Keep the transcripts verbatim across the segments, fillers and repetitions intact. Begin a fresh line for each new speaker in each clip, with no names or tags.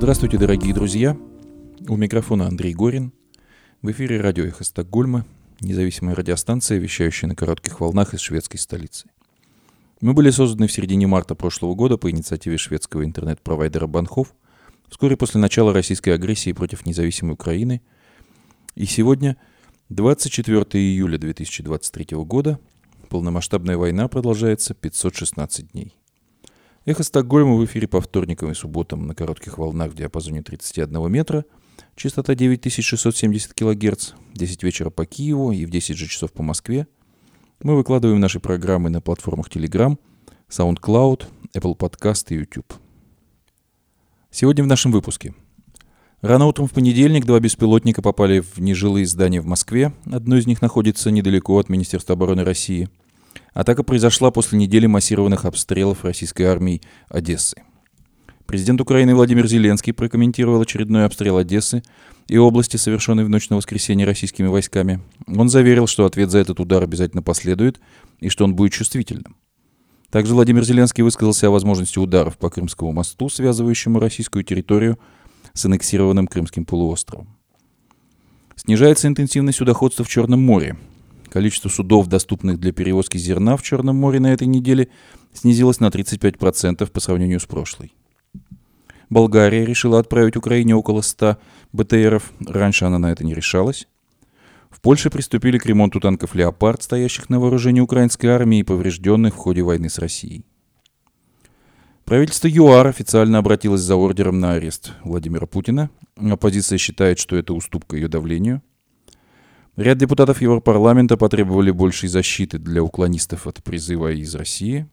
Здравствуйте, дорогие друзья! У микрофона Андрей Горин. В эфире радио «Эхо Стокгольма», независимая радиостанция, вещающая на коротких волнах из шведской столицы. Мы были созданы в середине марта прошлого года по инициативе шведского интернет-провайдера Банхов, вскоре после начала российской агрессии против независимой Украины. И сегодня, двадцать четвёртого июля две тысячи двадцать третьего года, полномасштабная война продолжается пятьсот шестнадцать дней. «Эхо Стокгольма» в эфире по вторникам и субботам на коротких волнах в диапазоне тридцать один метра, частота девять тысяч шестьсот семьдесят килогерц, десять вечера по Киеву и в десять же часов по Москве. Мы выкладываем наши программы на платформах Telegram, SoundCloud, Apple Podcast и YouTube. Сегодня в нашем выпуске. Рано утром в понедельник два беспилотника попали в нежилые здания в Москве. Одно из них находится недалеко от Министерства обороны России. Атака произошла после недели массированных обстрелов российской армией Одессы. Президент Украины Владимир Зеленский прокомментировал очередной обстрел Одессы и области, совершенный в ночь на воскресенье российскими войсками. Он заверил, что ответ за этот удар обязательно последует и что он будет чувствительным. Также Владимир Зеленский высказался о возможности ударов по Крымскому мосту, связывающему российскую территорию с аннексированным Крымским полуостровом. Снижается интенсивность судоходства в Черном море. Количество судов, доступных для перевозки зерна в Черном море на этой неделе, снизилось на тридцать пять процентов по сравнению с прошлой. Болгария решила отправить Украине около ста БТРов. Раньше она на это не решалась. В Польше приступили к ремонту танков «Леопард», стоящих на вооружении украинской армии и поврежденных в ходе войны с Россией. Правительство ЮАР официально обратилось за ордером на арест Владимира Путина. Оппозиция считает, что это уступка ее давлению. Ряд депутатов Европарламента потребовали большей защиты для уклонистов от призыва из России.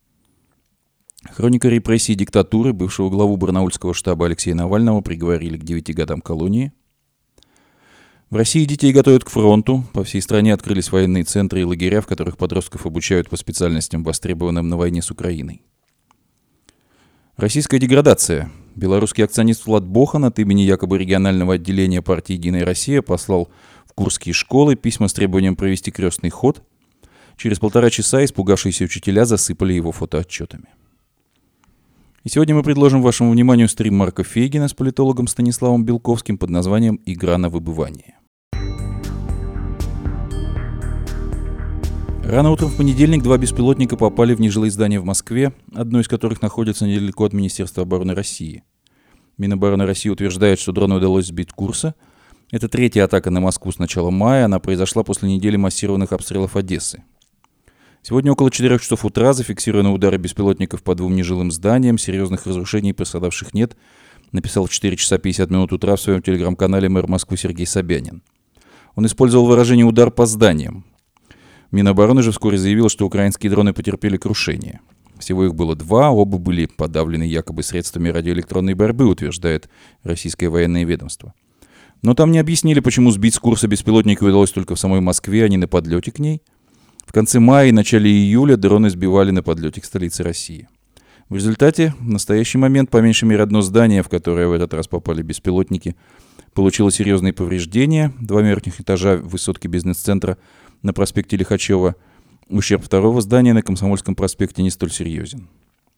Хроника репрессий и диктатуры бывшего главу барнаульского штаба Алексея Навального приговорили к девяти годам колонии. В России детей готовят к фронту. По всей стране открылись военные центры и лагеря, в которых подростков обучают по специальностям, востребованным на войне с Украиной. Российская деградация. Белорусский акционист Влад Бохан от имени якобы регионального отделения партии «Единая Россия» послал в курские школы письма с требованием провести крестный ход. Через полтора часа испугавшиеся учителя засыпали его фотоотчетами. И сегодня мы предложим вашему вниманию стрим Марка Фейгина с политологом Станиславом Белковским под названием «Игра на выбывание». Рано утром в понедельник два беспилотника попали в нежилые здания в Москве, одно из которых находится недалеко от Министерства обороны России. Минобороны России утверждает, что дрону удалось сбить курса. Это третья атака на Москву с начала мая, она произошла после недели массированных обстрелов Одессы. Сегодня около четырех часов утра зафиксированы удары беспилотников по двум нежилым зданиям, серьезных разрушений пострадавших нет, написал в четыре часа пятьдесят минут утра в своем телеграм-канале мэр Москвы Сергей Собянин. Он использовал выражение «удар по зданиям». Минобороны же вскоре заявила, что украинские дроны потерпели крушение. Всего их было два, оба были подавлены якобы средствами радиоэлектронной борьбы, утверждает российское военное ведомство. Но там не объяснили, почему сбить с курса беспилотника удалось только в самой Москве, а не на подлете к ней. В конце мая и начале июля дроны сбивали на подлете к столице России. В результате, в настоящий момент, по меньшей мере, одно здание, в которое в этот раз попали беспилотники, получило серьезные повреждения. Два верхних этажа высотки бизнес-центра на проспекте Лихачева. Ущерб второго здания на Комсомольском проспекте не столь серьезен.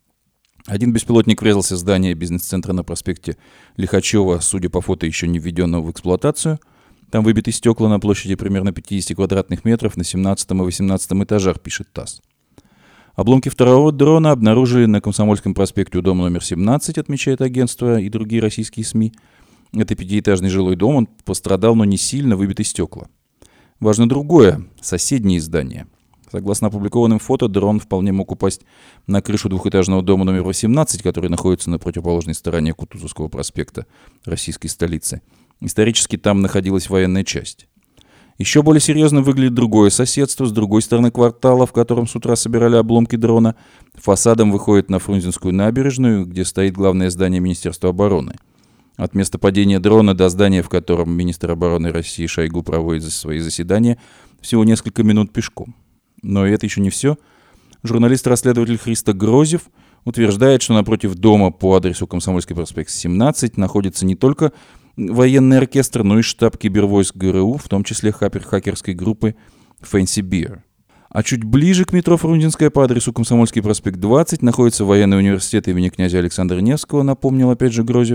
Один беспилотник врезался в здание бизнес-центра на проспекте Лихачева, судя по фото, еще не введенного в эксплуатацию. Там выбиты стекла на площади примерно пятьдесят квадратных метров на семнадцатом и восемнадцатом этажах, пишет ТАСС. Обломки второго дрона обнаружили на Комсомольском проспекте у дома номер семнадцать, отмечает агентство и другие российские СМИ. Это пятиэтажный жилой дом, он пострадал, но не сильно, выбиты стекла. Важно другое – соседние здания. Согласно опубликованным фото, дрон вполне мог упасть на крышу двухэтажного дома номер восемнадцать, который находится на противоположной стороне Кутузовского проспекта российской столицы. Исторически там находилась военная часть. Еще более серьезно выглядит другое соседство с другой стороны квартала, в котором с утра собирали обломки дрона. Фасадом выходит на Фрунзенскую набережную, где стоит главное здание Министерства обороны. От места падения дрона до здания, в котором министр обороны России Шойгу проводит свои заседания, всего несколько минут пешком. Но это еще не все. Журналист-расследователь Христо Грозев утверждает, что напротив дома по адресу Комсомольский проспект семнадцать находится не только военный оркестр, но и штаб кибервойск ГРУ, в том числе хакерской группы Fancy Bear. А чуть ближе к метро Фрунзенская по адресу Комсомольский проспект двадцать находится военный университет имени князя Александра Невского, напомнил опять же Грозев.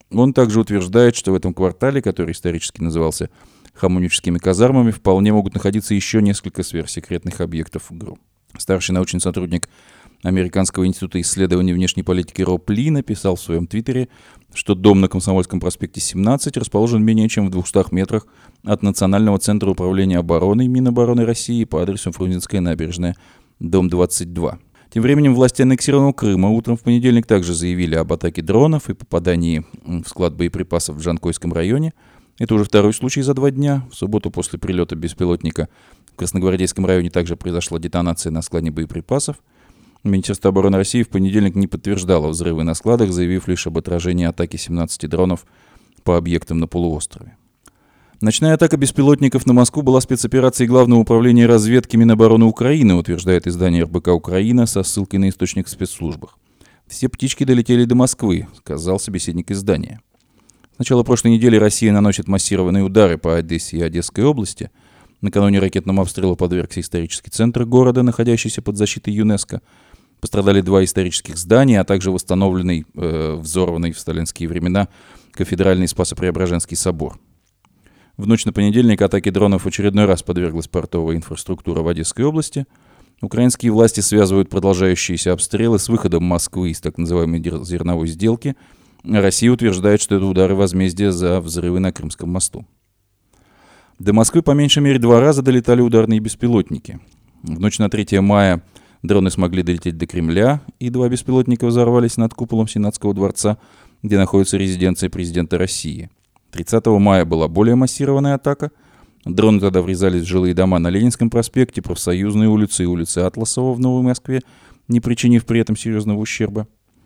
Он также утверждает, что в этом квартале, который исторически назывался Хамуническими казармами, вполне могут находиться еще несколько сверхсекретных объектов ГРУ. Старший научный сотрудник Американского института исследований внешней политики Роб Ли написал в своем твиттере, что дом на Комсомольском проспекте семнадцать расположен менее чем в двухстах метрах от Национального центра управления обороной Минобороны России по адресу Фрунзенская набережная, дом двадцать два. Тем временем власти аннексированного Крыма утром в понедельник также заявили об атаке дронов и попадании в склад боеприпасов в Джанкойском районе. Это уже второй случай за два дня. В субботу после прилета беспилотника в Красногвардейском районе также произошла детонация на складе боеприпасов. Министерство обороны России в понедельник не подтверждало взрывы на складах, заявив лишь об отражении атаки семнадцати дронов по объектам на полуострове. Ночная атака беспилотников на Москву была спецоперацией Главного управления разведки Минобороны Украины, утверждает издание эр бэ ка «Украина» со ссылкой на источник в спецслужбах. «Все птички долетели до Москвы», — сказал собеседник издания. С начала прошлой недели Россия наносит массированные удары по Одессе и Одесской области. Накануне ракетному обстрелу подвергся исторический центр города, находящийся под защитой ЮНЕСКО. Пострадали два исторических здания, а также восстановленный, э, взорванный в сталинские времена кафедральный Спасо-Преображенский собор. В ночь на понедельник атаке дронов в очередной раз подверглась портовая инфраструктура в Одесской области. Украинские власти связывают продолжающиеся обстрелы с выходом Москвы из так называемой зерновой сделки. Россия утверждает, что это удары возмездия за взрывы на Крымском мосту. До Москвы по меньшей мере два раза долетали ударные беспилотники. В ночь на третье мая дроны смогли долететь до Кремля, и два беспилотника взорвались над куполом Сенатского дворца, где находится резиденция президента России. тридцатого мая была более массированная атака. Дроны тогда врезались в жилые дома на Ленинском проспекте, Профсоюзной улице и улице Атласова в Новой Москве, не причинив при этом серьезного ущерба.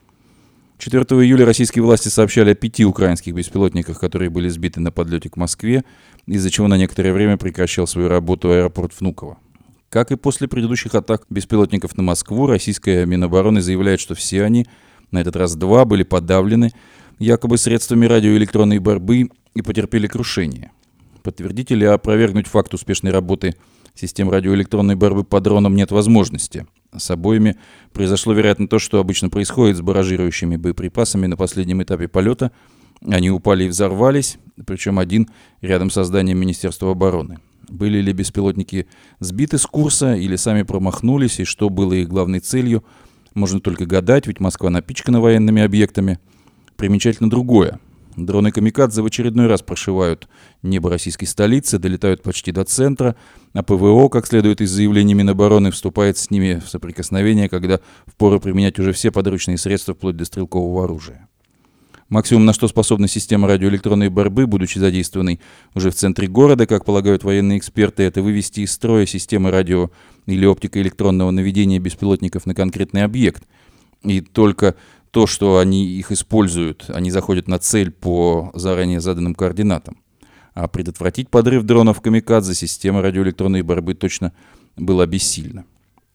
четвёртого июля российские власти сообщали о пяти украинских беспилотниках, которые были сбиты на подлете к Москве, из-за чего на некоторое время прекращал свою работу аэропорт Внуково. Как и после предыдущих атак беспилотников на Москву, российская Минобороны заявляет, что все они, на этот раз два, были подавлены якобы средствами радиоэлектронной борьбы и потерпели крушение. Подтвердить или опровергнуть факт успешной работы систем радиоэлектронной борьбы по дронам нет возможности. С обоими произошло, вероятно, то, что обычно происходит с барражирующими боеприпасами на последнем этапе полета. Они упали и взорвались, причем один рядом с зданием Министерства обороны. Были ли беспилотники сбиты с курса или сами промахнулись, и что было их главной целью, можно только гадать, ведь Москва напичкана военными объектами. Примечательно другое. Дроны «Камикадзе» в очередной раз прошивают небо российской столицы, долетают почти до центра, а пэ вэ о, как следует из заявлений Минобороны, вступает с ними в соприкосновение, когда впору применять уже все подручные средства вплоть до стрелкового оружия. Максимум, на что способна система радиоэлектронной борьбы, будучи задействованной уже в центре города, как полагают военные эксперты, это вывести из строя системы радио- или оптико-электронного наведения беспилотников на конкретный объект. И только то, что они их используют, они заходят на цель по заранее заданным координатам. А предотвратить подрыв дронов «Камикадзе» система радиоэлектронной борьбы точно была бессильна.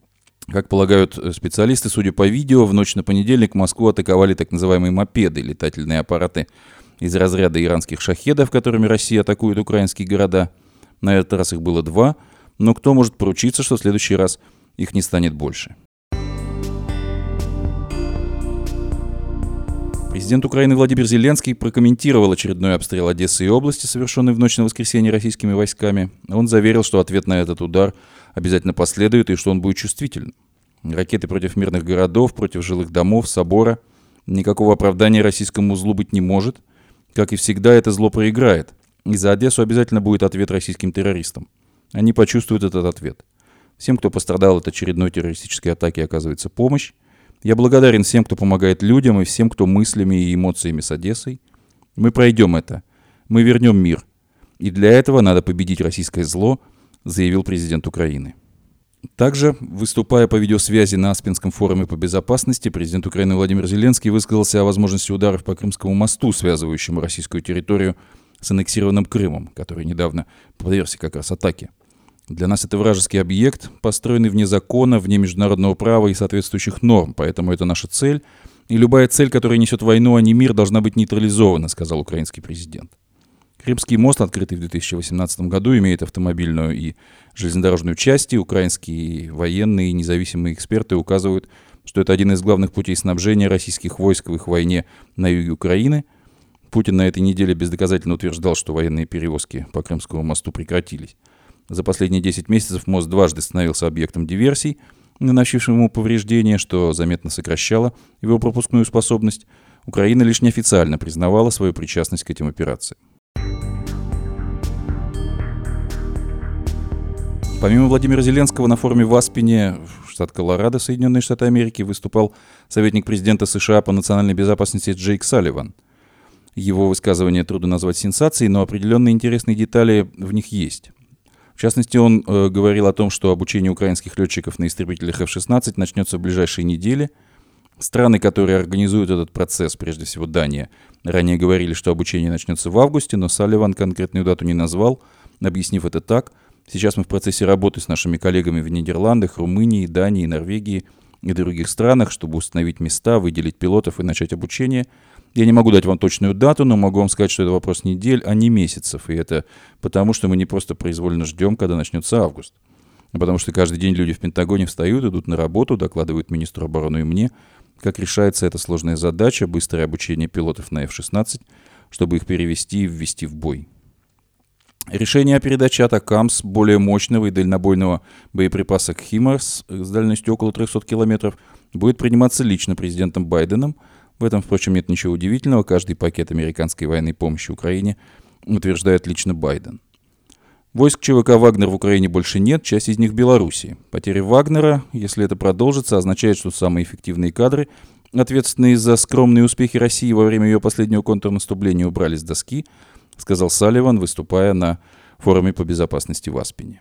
Как полагают специалисты, судя по видео, в ночь на понедельник Москву атаковали так называемые мопеды, летательные аппараты из разряда иранских шахедов, которыми Россия атакует украинские города. На этот раз их было два, но кто может поручиться, что в следующий раз их не станет больше? Президент Украины Владимир Зеленский прокомментировал очередной обстрел Одессы и области, совершенный в ночь на воскресенье российскими войсками. Он заверил, что ответ на этот удар обязательно последует и что он будет чувствительным. Ракеты против мирных городов, против жилых домов, собора. Никакого оправдания российскому злу быть не может. Как и всегда, это зло проиграет. И за Одессу обязательно будет ответ российским террористам. Они почувствуют этот ответ. Всем, кто пострадал от очередной террористической атаки, оказывается помощь. Я благодарен всем, кто помогает людям, и всем, кто мыслями и эмоциями с Одессой. Мы пройдем это. Мы вернем мир. И для этого надо победить российское зло, заявил президент Украины. Также, выступая по видеосвязи на Аспенском форуме по безопасности, президент Украины Владимир Зеленский высказался о возможности ударов по Крымскому мосту, связывающему российскую территорию с аннексированным Крымом, который недавно подвергся как раз атаке. Для нас это вражеский объект, построенный вне закона, вне международного права и соответствующих норм, поэтому это наша цель. И любая цель, которая несет войну, а не мир, должна быть нейтрализована, сказал украинский президент. Крымский мост, открытый в две тысячи восемнадцатом году, имеет автомобильную и железнодорожную части. Украинские военные и независимые эксперты указывают, что это один из главных путей снабжения российских войск в их войне на юге Украины. Путин на этой неделе бездоказательно утверждал, что военные перевозки по Крымскому мосту прекратились. За последние десять месяцев мост дважды становился объектом диверсий, наносившим ему повреждения, что заметно сокращало его пропускную способность. Украина лишь неофициально признавала свою причастность к этим операциям. Помимо Владимира Зеленского, на форуме в Аспене, штат Колорадо, Соединенные Штаты Америки, выступал советник президента США по национальной безопасности Джейк Салливан. Его высказывания трудно назвать сенсацией, но определенные интересные детали в них есть. В частности, он э, говорил о том, что обучение украинских летчиков на истребителях эф шестнадцать начнется в ближайшие недели. Страны, которые организуют этот процесс, прежде всего Дания, ранее говорили, что обучение начнется в августе, но Салливан конкретную дату не назвал, объяснив это так: сейчас мы в процессе работы с нашими коллегами в Нидерландах, Румынии, Дании, Норвегии и других странах, чтобы установить места, выделить пилотов и начать обучение. Я не могу дать вам точную дату, но могу вам сказать, что это вопрос недель, а не месяцев. И это потому, что мы не просто произвольно ждем, когда начнется август. А потому что каждый день люди в Пентагоне встают, идут на работу, докладывают министру обороны и мне, как решается эта сложная задача, быстрое обучение пилотов на эф шестнадцать, чтобы их перевести и ввести в бой. Решение о передаче «Атакамс» более мощного и дальнобойного боеприпаса «Химарс» с дальностью около трехсот километров будет приниматься лично президентом Байденом. В этом, впрочем, нет ничего удивительного. Каждый пакет американской военной помощи Украине утверждает лично Байден. Войск ЧВК «Вагнер» в Украине больше нет, часть из них в Белоруссии. Потеря Вагнера, если это продолжится, означает, что самые эффективные кадры, ответственные за скромные успехи России во время ее последнего контрнаступления, убрали с доски, сказал Салливан, выступая на форуме по безопасности в Аспене.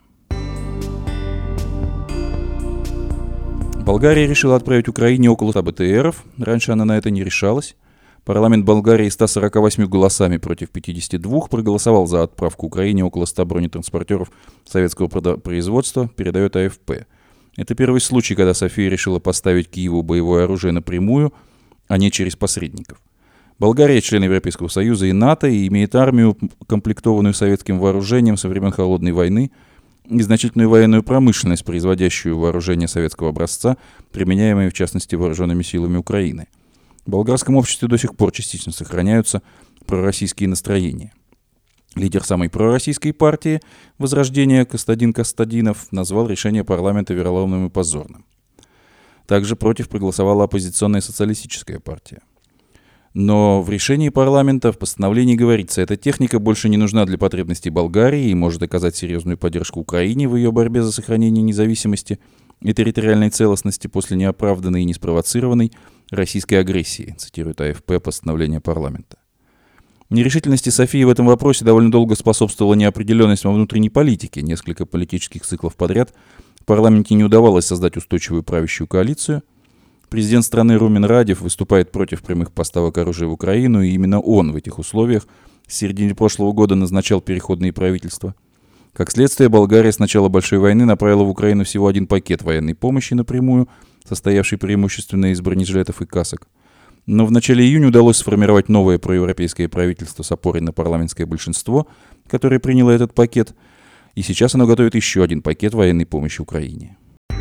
Болгария решила отправить Украине около ста бэ тэ эров. Раньше она на это не решалась. Парламент Болгарии ста сорока восьми голосами против пятидесяти двух проголосовал за отправку Украине около ста бронетранспортеров советского производства, передает а эф пэ. Это первый случай, когда София решила поставить Киеву боевое оружие напрямую, а не через посредников. Болгария – член Европейского Союза и НАТО и имеет армию, комплектованную советским вооружением со времен Холодной войны, и значительную военную промышленность, производящую вооружение советского образца, применяемые в частности вооруженными силами Украины. В болгарском обществе до сих пор частично сохраняются пророссийские настроения. Лидер самой пророссийской партии «Возрождение» Костадин Костадинов назвал решение парламента вероломным и позорным. Также против проголосовала оппозиционная социалистическая партия. Но в решении парламента в постановлении говорится, эта техника больше не нужна для потребностей Болгарии и может оказать серьезную поддержку Украине в ее борьбе за сохранение независимости и территориальной целостности после неоправданной и неспровоцированной российской агрессии, цитирует а эф пэ постановление парламента. Нерешительности Софии в этом вопросе довольно долго способствовала неопределенность во внутренней политике. Несколько политических циклов подряд в парламенте не удавалось создать устойчивую правящую коалицию. Президент страны Румен Радев выступает против прямых поставок оружия в Украину, и именно он в этих условиях с середины прошлого года назначал переходные правительства. Как следствие, Болгария с начала Большой войны направила в Украину всего один пакет военной помощи напрямую, состоявший преимущественно из бронежилетов и касок. Но в начале июня удалось сформировать новое проевропейское правительство с опорой на парламентское большинство, которое приняло этот пакет, и сейчас оно готовит еще один пакет военной помощи Украине.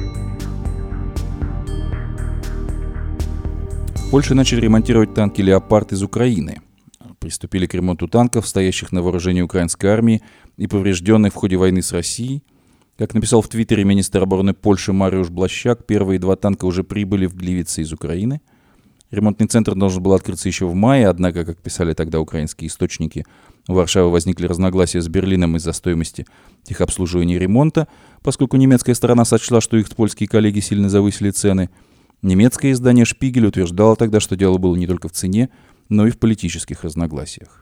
В Польше начали ремонтировать танки «Леопард» из Украины. Приступили к ремонту танков, стоящих на вооружении украинской армии и поврежденных в ходе войны с Россией. Как написал в Твиттере министр обороны Польши Мариуш Блащак, первые два танка уже прибыли в Гливице из Украины. Ремонтный центр должен был открыться еще в мае, однако, как писали тогда украинские источники, у Варшавы возникли разногласия с Берлином из-за стоимости техобслуживания и ремонта, поскольку немецкая сторона сочла, что их польские коллеги сильно завысили цены. Немецкое издание «Шпигель» утверждало тогда, что дело было не только в цене, но и в политических разногласиях.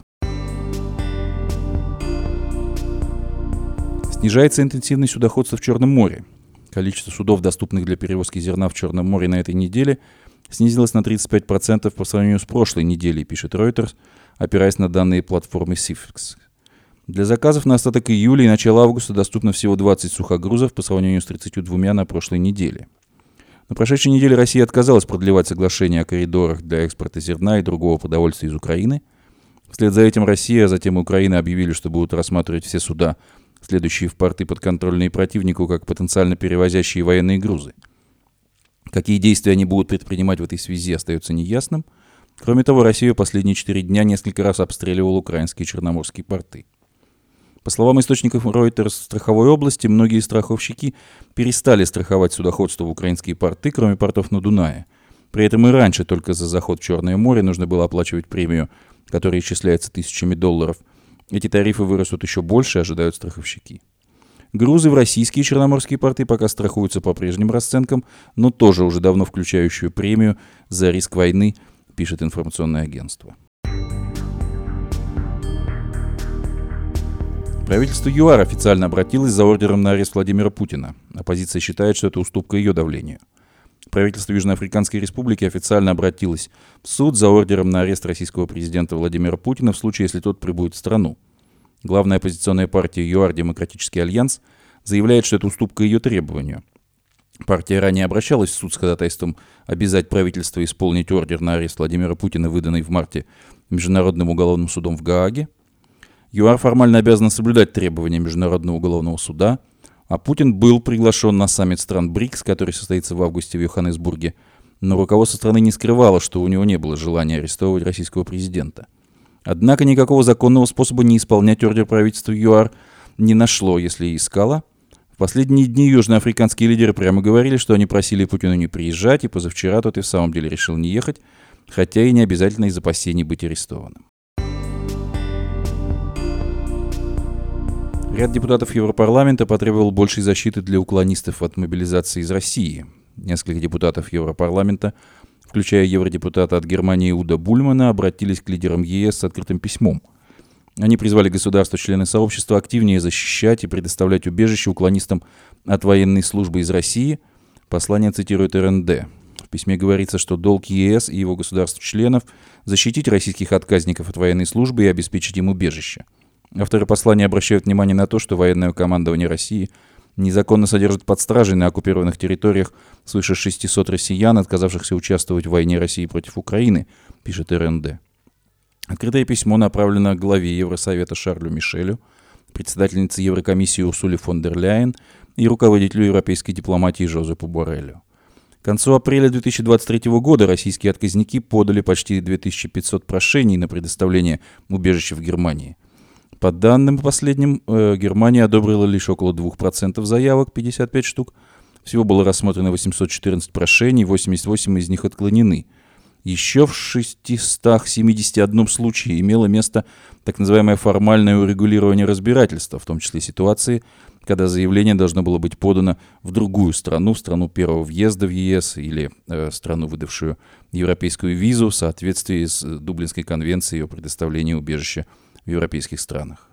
Снижается интенсивность судоходства в Черном море. Количество судов, доступных для перевозки зерна в Черном море на этой неделе, снизилось на тридцать пять процентов по сравнению с прошлой неделей, пишет Reuters, опираясь на данные платформы Sifex. Для заказов на остаток июля и начало августа доступно всего двадцать сухогрузов по сравнению с тридцатью двумя на прошлой неделе. На прошедшей неделе Россия отказалась продлевать соглашение о коридорах для экспорта зерна и другого продовольствия из Украины. Вслед за этим Россия, а затем и Украина объявили, что будут рассматривать все суда, следующие в порты подконтрольные противнику, как потенциально перевозящие военные грузы. Какие действия они будут предпринимать в этой связи, остается неясным. Кроме того, Россия последние четыре дня несколько раз обстреливала украинские черноморские порты. По словам источников Reuters, в страховой области многие страховщики перестали страховать судоходство в украинские порты, кроме портов на Дунае. При этом и раньше только за заход в Черное море нужно было оплачивать премию, которая исчисляется тысячами долларов. Эти тарифы вырастут еще больше, ожидают страховщики. Грузы в российские черноморские порты пока страхуются по прежним расценкам, но тоже уже давно включающую премию за риск войны, пишет информационное агентство. Правительство ЮАР официально обратилось за ордером на арест Владимира Путина. Оппозиция считает, что это уступка ее давлению. Правительство Южноафриканской Республики официально обратилось в суд за ордером на арест российского президента Владимира Путина в случае, если тот прибудет в страну. Главная оппозиционная партия ЮАР «Демократический альянс» заявляет, что это уступка ее требованию. Партия ранее обращалась в суд с ходатайством обязать правительство исполнить ордер на арест Владимира Путина, выданный в марте Международным уголовным судом в Гааге. ЮАР формально обязана соблюдать требования Международного уголовного суда, а Путин был приглашен на саммит стран БРИКС, который состоится в августе в Йоханнесбурге, но руководство страны не скрывало, что у него не было желания арестовывать российского президента. Однако никакого законного способа не исполнять ордер правительства ЮАР не нашло, если и искало. В последние дни южноафриканские лидеры прямо говорили, что они просили Путину не приезжать, и позавчера тот и в самом деле решил не ехать, хотя и не обязательно из опасений быть арестованным. Ряд депутатов Европарламента потребовал большей защиты для уклонистов от мобилизации из России. Несколько депутатов Европарламента, включая евродепутата от Германии Уда Бульмана, обратились к лидерам ЕС с открытым письмом. Они призвали государства-члены сообщества активнее защищать и предоставлять убежище уклонистам от военной службы из России. Послание цитирует эр эн дэ. В письме говорится, что долг ЕС и его государств-членов защитить российских отказников от военной службы и обеспечить им убежище. Авторы послания обращают внимание на то, что военное командование России незаконно содержит под стражей на оккупированных территориях свыше шестисот россиян, отказавшихся участвовать в войне России против Украины, пишет эр эн дэ. Открытое письмо направлено главе Евросовета Шарлю Мишелю, председательнице Еврокомиссии Урсуле фон дер Ляйен и руководителю европейской дипломатии Жозепу Борреллю. К концу апреля две тысячи двадцать третьего года российские отказники подали почти две тысячи пятьсот прошений на предоставление убежища в Германии. По данным последним, э, Германия одобрила лишь около двух процентов заявок, пятьдесят пять штук. Всего было рассмотрено восемьсот четырнадцать прошений, восемьдесят восемь из них отклонены. Еще в шестистах семидесяти одном случае имело место так называемое формальное урегулирование разбирательства, в том числе ситуации, когда заявление должно было быть подано в другую страну, в страну первого въезда в ЕС или э, страну, выдавшую европейскую визу в соответствии с Дублинской конвенцией о предоставлении убежища в европейских странах.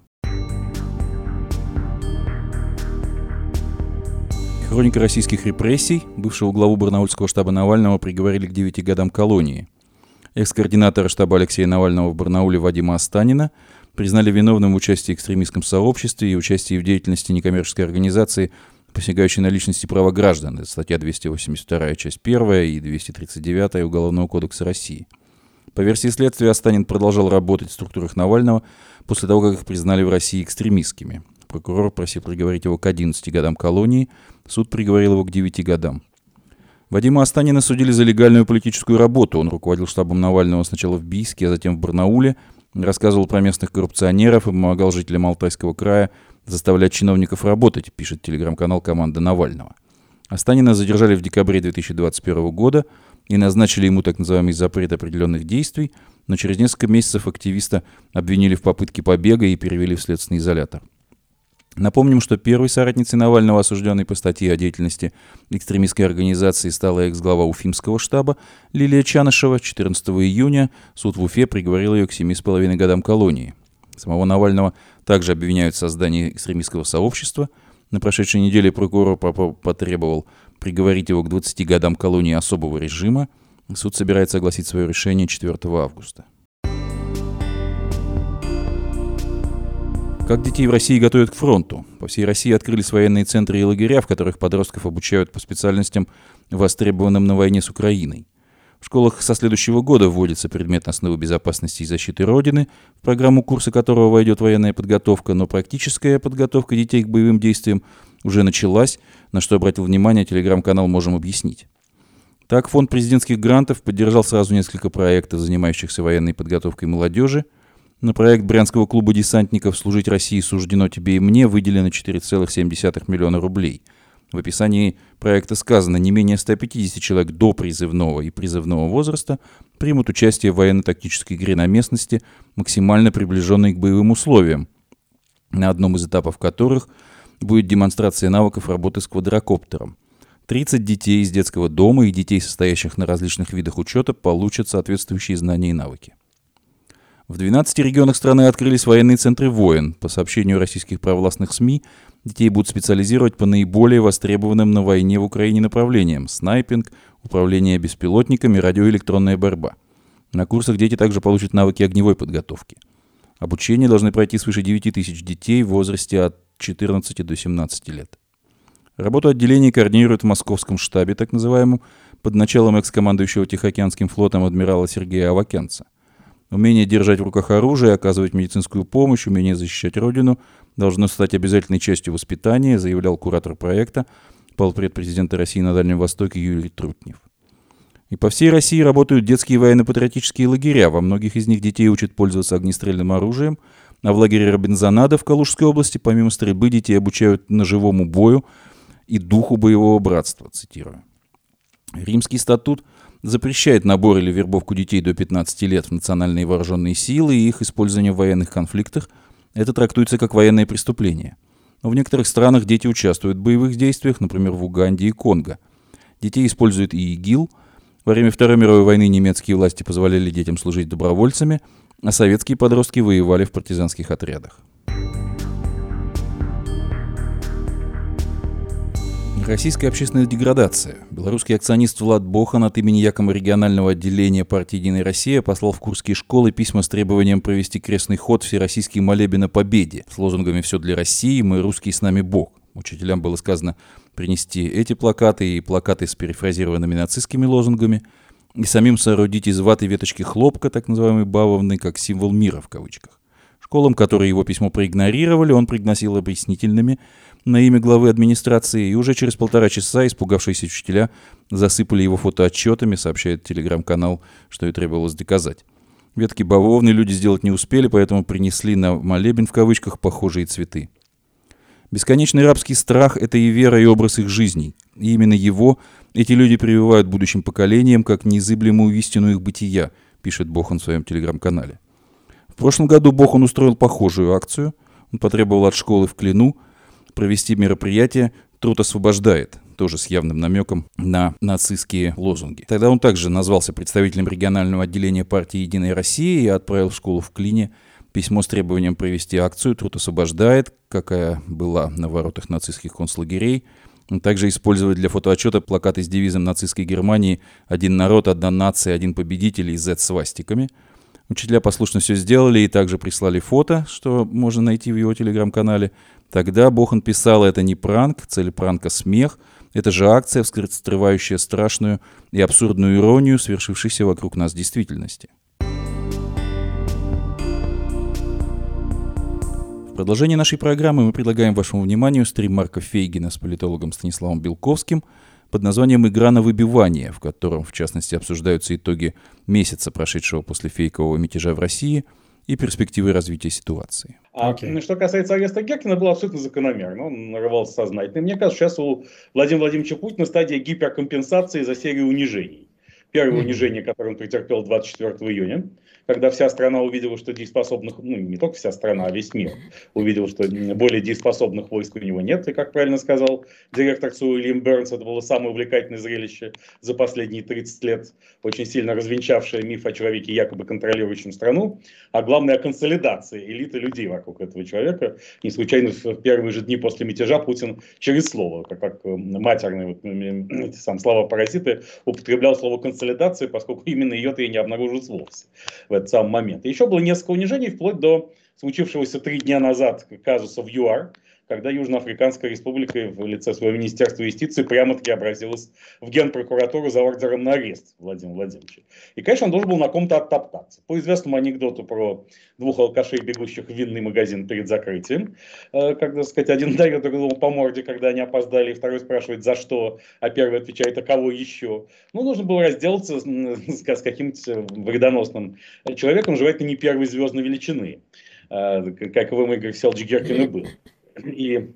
Хроника российских репрессий. Бывшего главу барнаульского штаба Навального приговорили к девяти годам колонии. Экс-координатора штаба Алексея Навального в Барнауле Вадима Останина признали виновным в участии в экстремистском сообществе и участии в деятельности некоммерческой организации, посягающей на личности права граждан. Это статья двести восемьдесят вторая, часть первая и двести тридцать девятая Уголовного кодекса России. По версии следствия, Останин продолжал работать в структурах Навального после того, как их признали в России экстремистскими. Прокурор просил приговорить его к одиннадцати годам колонии, суд приговорил его к девяти годам. Вадима Останина судили за легальную политическую работу. Он руководил штабом Навального сначала в Бийске, а затем в Барнауле, рассказывал про местных коррупционеров и помогал жителям Алтайского края заставлять чиновников работать, пишет телеграм-канал «Команда Навального». Останина задержали в декабре две тысячи двадцать первого года и назначили ему так называемый запрет определенных действий, но через несколько месяцев активиста обвинили в попытке побега и перевели в следственный изолятор. Напомним, что первой соратницей Навального, осужденной по статье о деятельности экстремистской организации, стала экс-глава Уфимского штаба Лилия Чанышева. четырнадцатого июня суд в Уфе приговорил ее к семи с половиной годам колонии. Самого Навального также обвиняют в создании экстремистского сообщества. На прошедшей неделе прокурор потребовал приговорить его к двадцати годам колонии особого режима. Суд собирается огласить свое решение четвёртого августа. Как детей в России готовят к фронту? По всей России открылись военные центры и лагеря, в которых подростков обучают по специальностям, востребованным на войне с Украиной. В школах со следующего года вводится предмет основы безопасности и защиты Родины, в программу курса которого войдет военная подготовка, но практическая подготовка детей к боевым действиям уже началась, на что обратил внимание телеграм-канал «Можем объяснить». Так, фонд президентских грантов поддержал сразу несколько проектов, занимающихся военной подготовкой молодежи. На проект Брянского клуба десантников «Служить России суждено тебе и мне» выделено четыре целых семь десятых миллиона рублей. В описании проекта сказано, не менее ста пятидесяти человек до призывного и призывного возраста примут участие в военно-тактической игре на местности, максимально приближенной к боевым условиям, на одном из этапов которых будет демонстрация навыков работы с квадрокоптером. тридцать детей из детского дома и детей, состоящих на различных видах учета, получат соответствующие знания и навыки. В двенадцати регионах страны открылись военные центры войн. По сообщению российских провластных СМИ, детей будут специализировать по наиболее востребованным на войне в Украине направлениям: снайпинг, управление беспилотниками, радиоэлектронная борьба. На курсах дети также получат навыки огневой подготовки. Обучение должны пройти свыше девяти тысяч детей в возрасте от четырнадцати до семнадцати лет. Работу отделения координирует в московском штабе, так называемом, под началом экс-командующего Тихоокеанским флотом адмирала Сергея Авакянца. Умение держать в руках оружие, оказывать медицинскую помощь, умение защищать Родину должно стать обязательной частью воспитания, заявлял куратор проекта, полпред президента России на Дальнем Востоке Юрий Трутнев. И по всей России работают детские военно-патриотические лагеря. Во многих из них детей учат пользоваться огнестрельным оружием, а в лагере Робинзонада в Калужской области помимо стрельбы детей обучают ножевому бою и духу боевого братства, цитирую. Римский статут запрещает набор или вербовку детей до пятнадцати лет в национальные вооруженные силы и их использование в военных конфликтах. Это трактуется как военное преступление. Но в некоторых странах дети участвуют в боевых действиях, например, в Уганде и Конго. Детей используют и ИГИЛ. Во время Второй мировой войны немецкие власти позволяли детям служить добровольцами, а советские подростки воевали в партизанских отрядах. Российская общественная деградация. Белорусский акционист Влад Бохан от имени якобы регионального отделения партии «Единая Россия» послал в курские школы письма с требованием провести крестный ход «Всероссийский молебен о победе» с лозунгами «Все для России», «Мы русские, с нами Бог». Учителям было сказано принести эти плакаты и плакаты с перефразированными нацистскими лозунгами и самим соорудить из ваты веточки хлопка, так называемой бавовны, как символ мира в кавычках. Школам, которые его письмо проигнорировали, он пригласил объяснительными на имя главы администрации, и уже через полтора часа испугавшиеся учителя засыпали его фотоотчетами, сообщает телеграм-канал, что и требовалось доказать. Ветки бавовны люди сделать не успели, поэтому принесли на молебен в кавычках похожие цветы. Бесконечный рабский страх – это и вера, и образ их жизней. И именно его эти люди прививают будущим поколениям как незыблемую истину их бытия, пишет Бохан в своем телеграм-канале. В прошлом году Бохан устроил похожую акцию. Он потребовал от школы в Клину провести мероприятие «Труд освобождает», тоже с явным намеком на нацистские лозунги. Тогда он также назвался представителем регионального отделения партии «Единая Россия» и отправил в школу в Клине письмо с требованием провести акцию «Труд освобождает», какая была на воротах нацистских концлагерей. Также использовать для фотоотчета плакаты с девизом нацистской Германии «Один народ, одна нация, один победитель» и Z-свастиками. Учителя послушно все сделали и также прислали фото, что можно найти в его телеграм-канале. Тогда Бохан писал: «Это не пранк, цель пранка – смех. Это же акция, вскрывающая страшную и абсурдную иронию свершившейся вокруг нас действительности». В продолжение нашей программы мы предлагаем вашему вниманию стрим Марка Фейгина с политологом Станиславом Белковским под названием «Игра на выбивание», в котором, в частности, обсуждаются итоги месяца, прошедшего после фейкового мятежа в России, и перспективы развития ситуации.
А okay. Что касается ареста Геркина, было абсолютно закономерно. Он нарывался сознательно. Мне кажется, сейчас у Владимира Владимировича Путина стадия гиперкомпенсации за серию унижений. Первое mm-hmm. унижение, которое он претерпел двадцать четвёртого июня, когда вся страна увидела, что дееспособных, ну не только вся страна, а весь мир увидел, что более дееспособных войск у него нет. И, как правильно сказал директор ЦУ Уильям Бернс, это было самое увлекательное зрелище за последние тридцать лет, очень сильно развенчавшее миф о человеке, якобы контролирующем страну, а главное о консолидации элиты людей вокруг этого человека. Не случайно в первые же дни после мятежа Путин через слово, как, как матерные вот, эти сам слова-паразиты, употреблял слово консолидация, поскольку именно ее-то и не обнаружилось вовсе в этот самый момент. Еще было несколько унижений, вплоть до случившегося три дня назад казуса в ЮАР, когда Южноафриканская республика в лице своего Министерства юстиции прямо-таки обратилась в Генпрокуратуру за ордером на арест Владимира Владимировича. И, конечно, он должен был на ком-то оттоптаться. По известному анекдоту про двух алкашей, бегущих в винный магазин перед закрытием, когда, так сказать, один дает другому по морде, когда они опоздали, и второй спрашивает, за что, а первый отвечает, а кого еще. Ну, нужно было разделаться с, с каким-то вредоносным человеком, желательно не первой звездной величины, как в Игорь Селович Геркин и был. И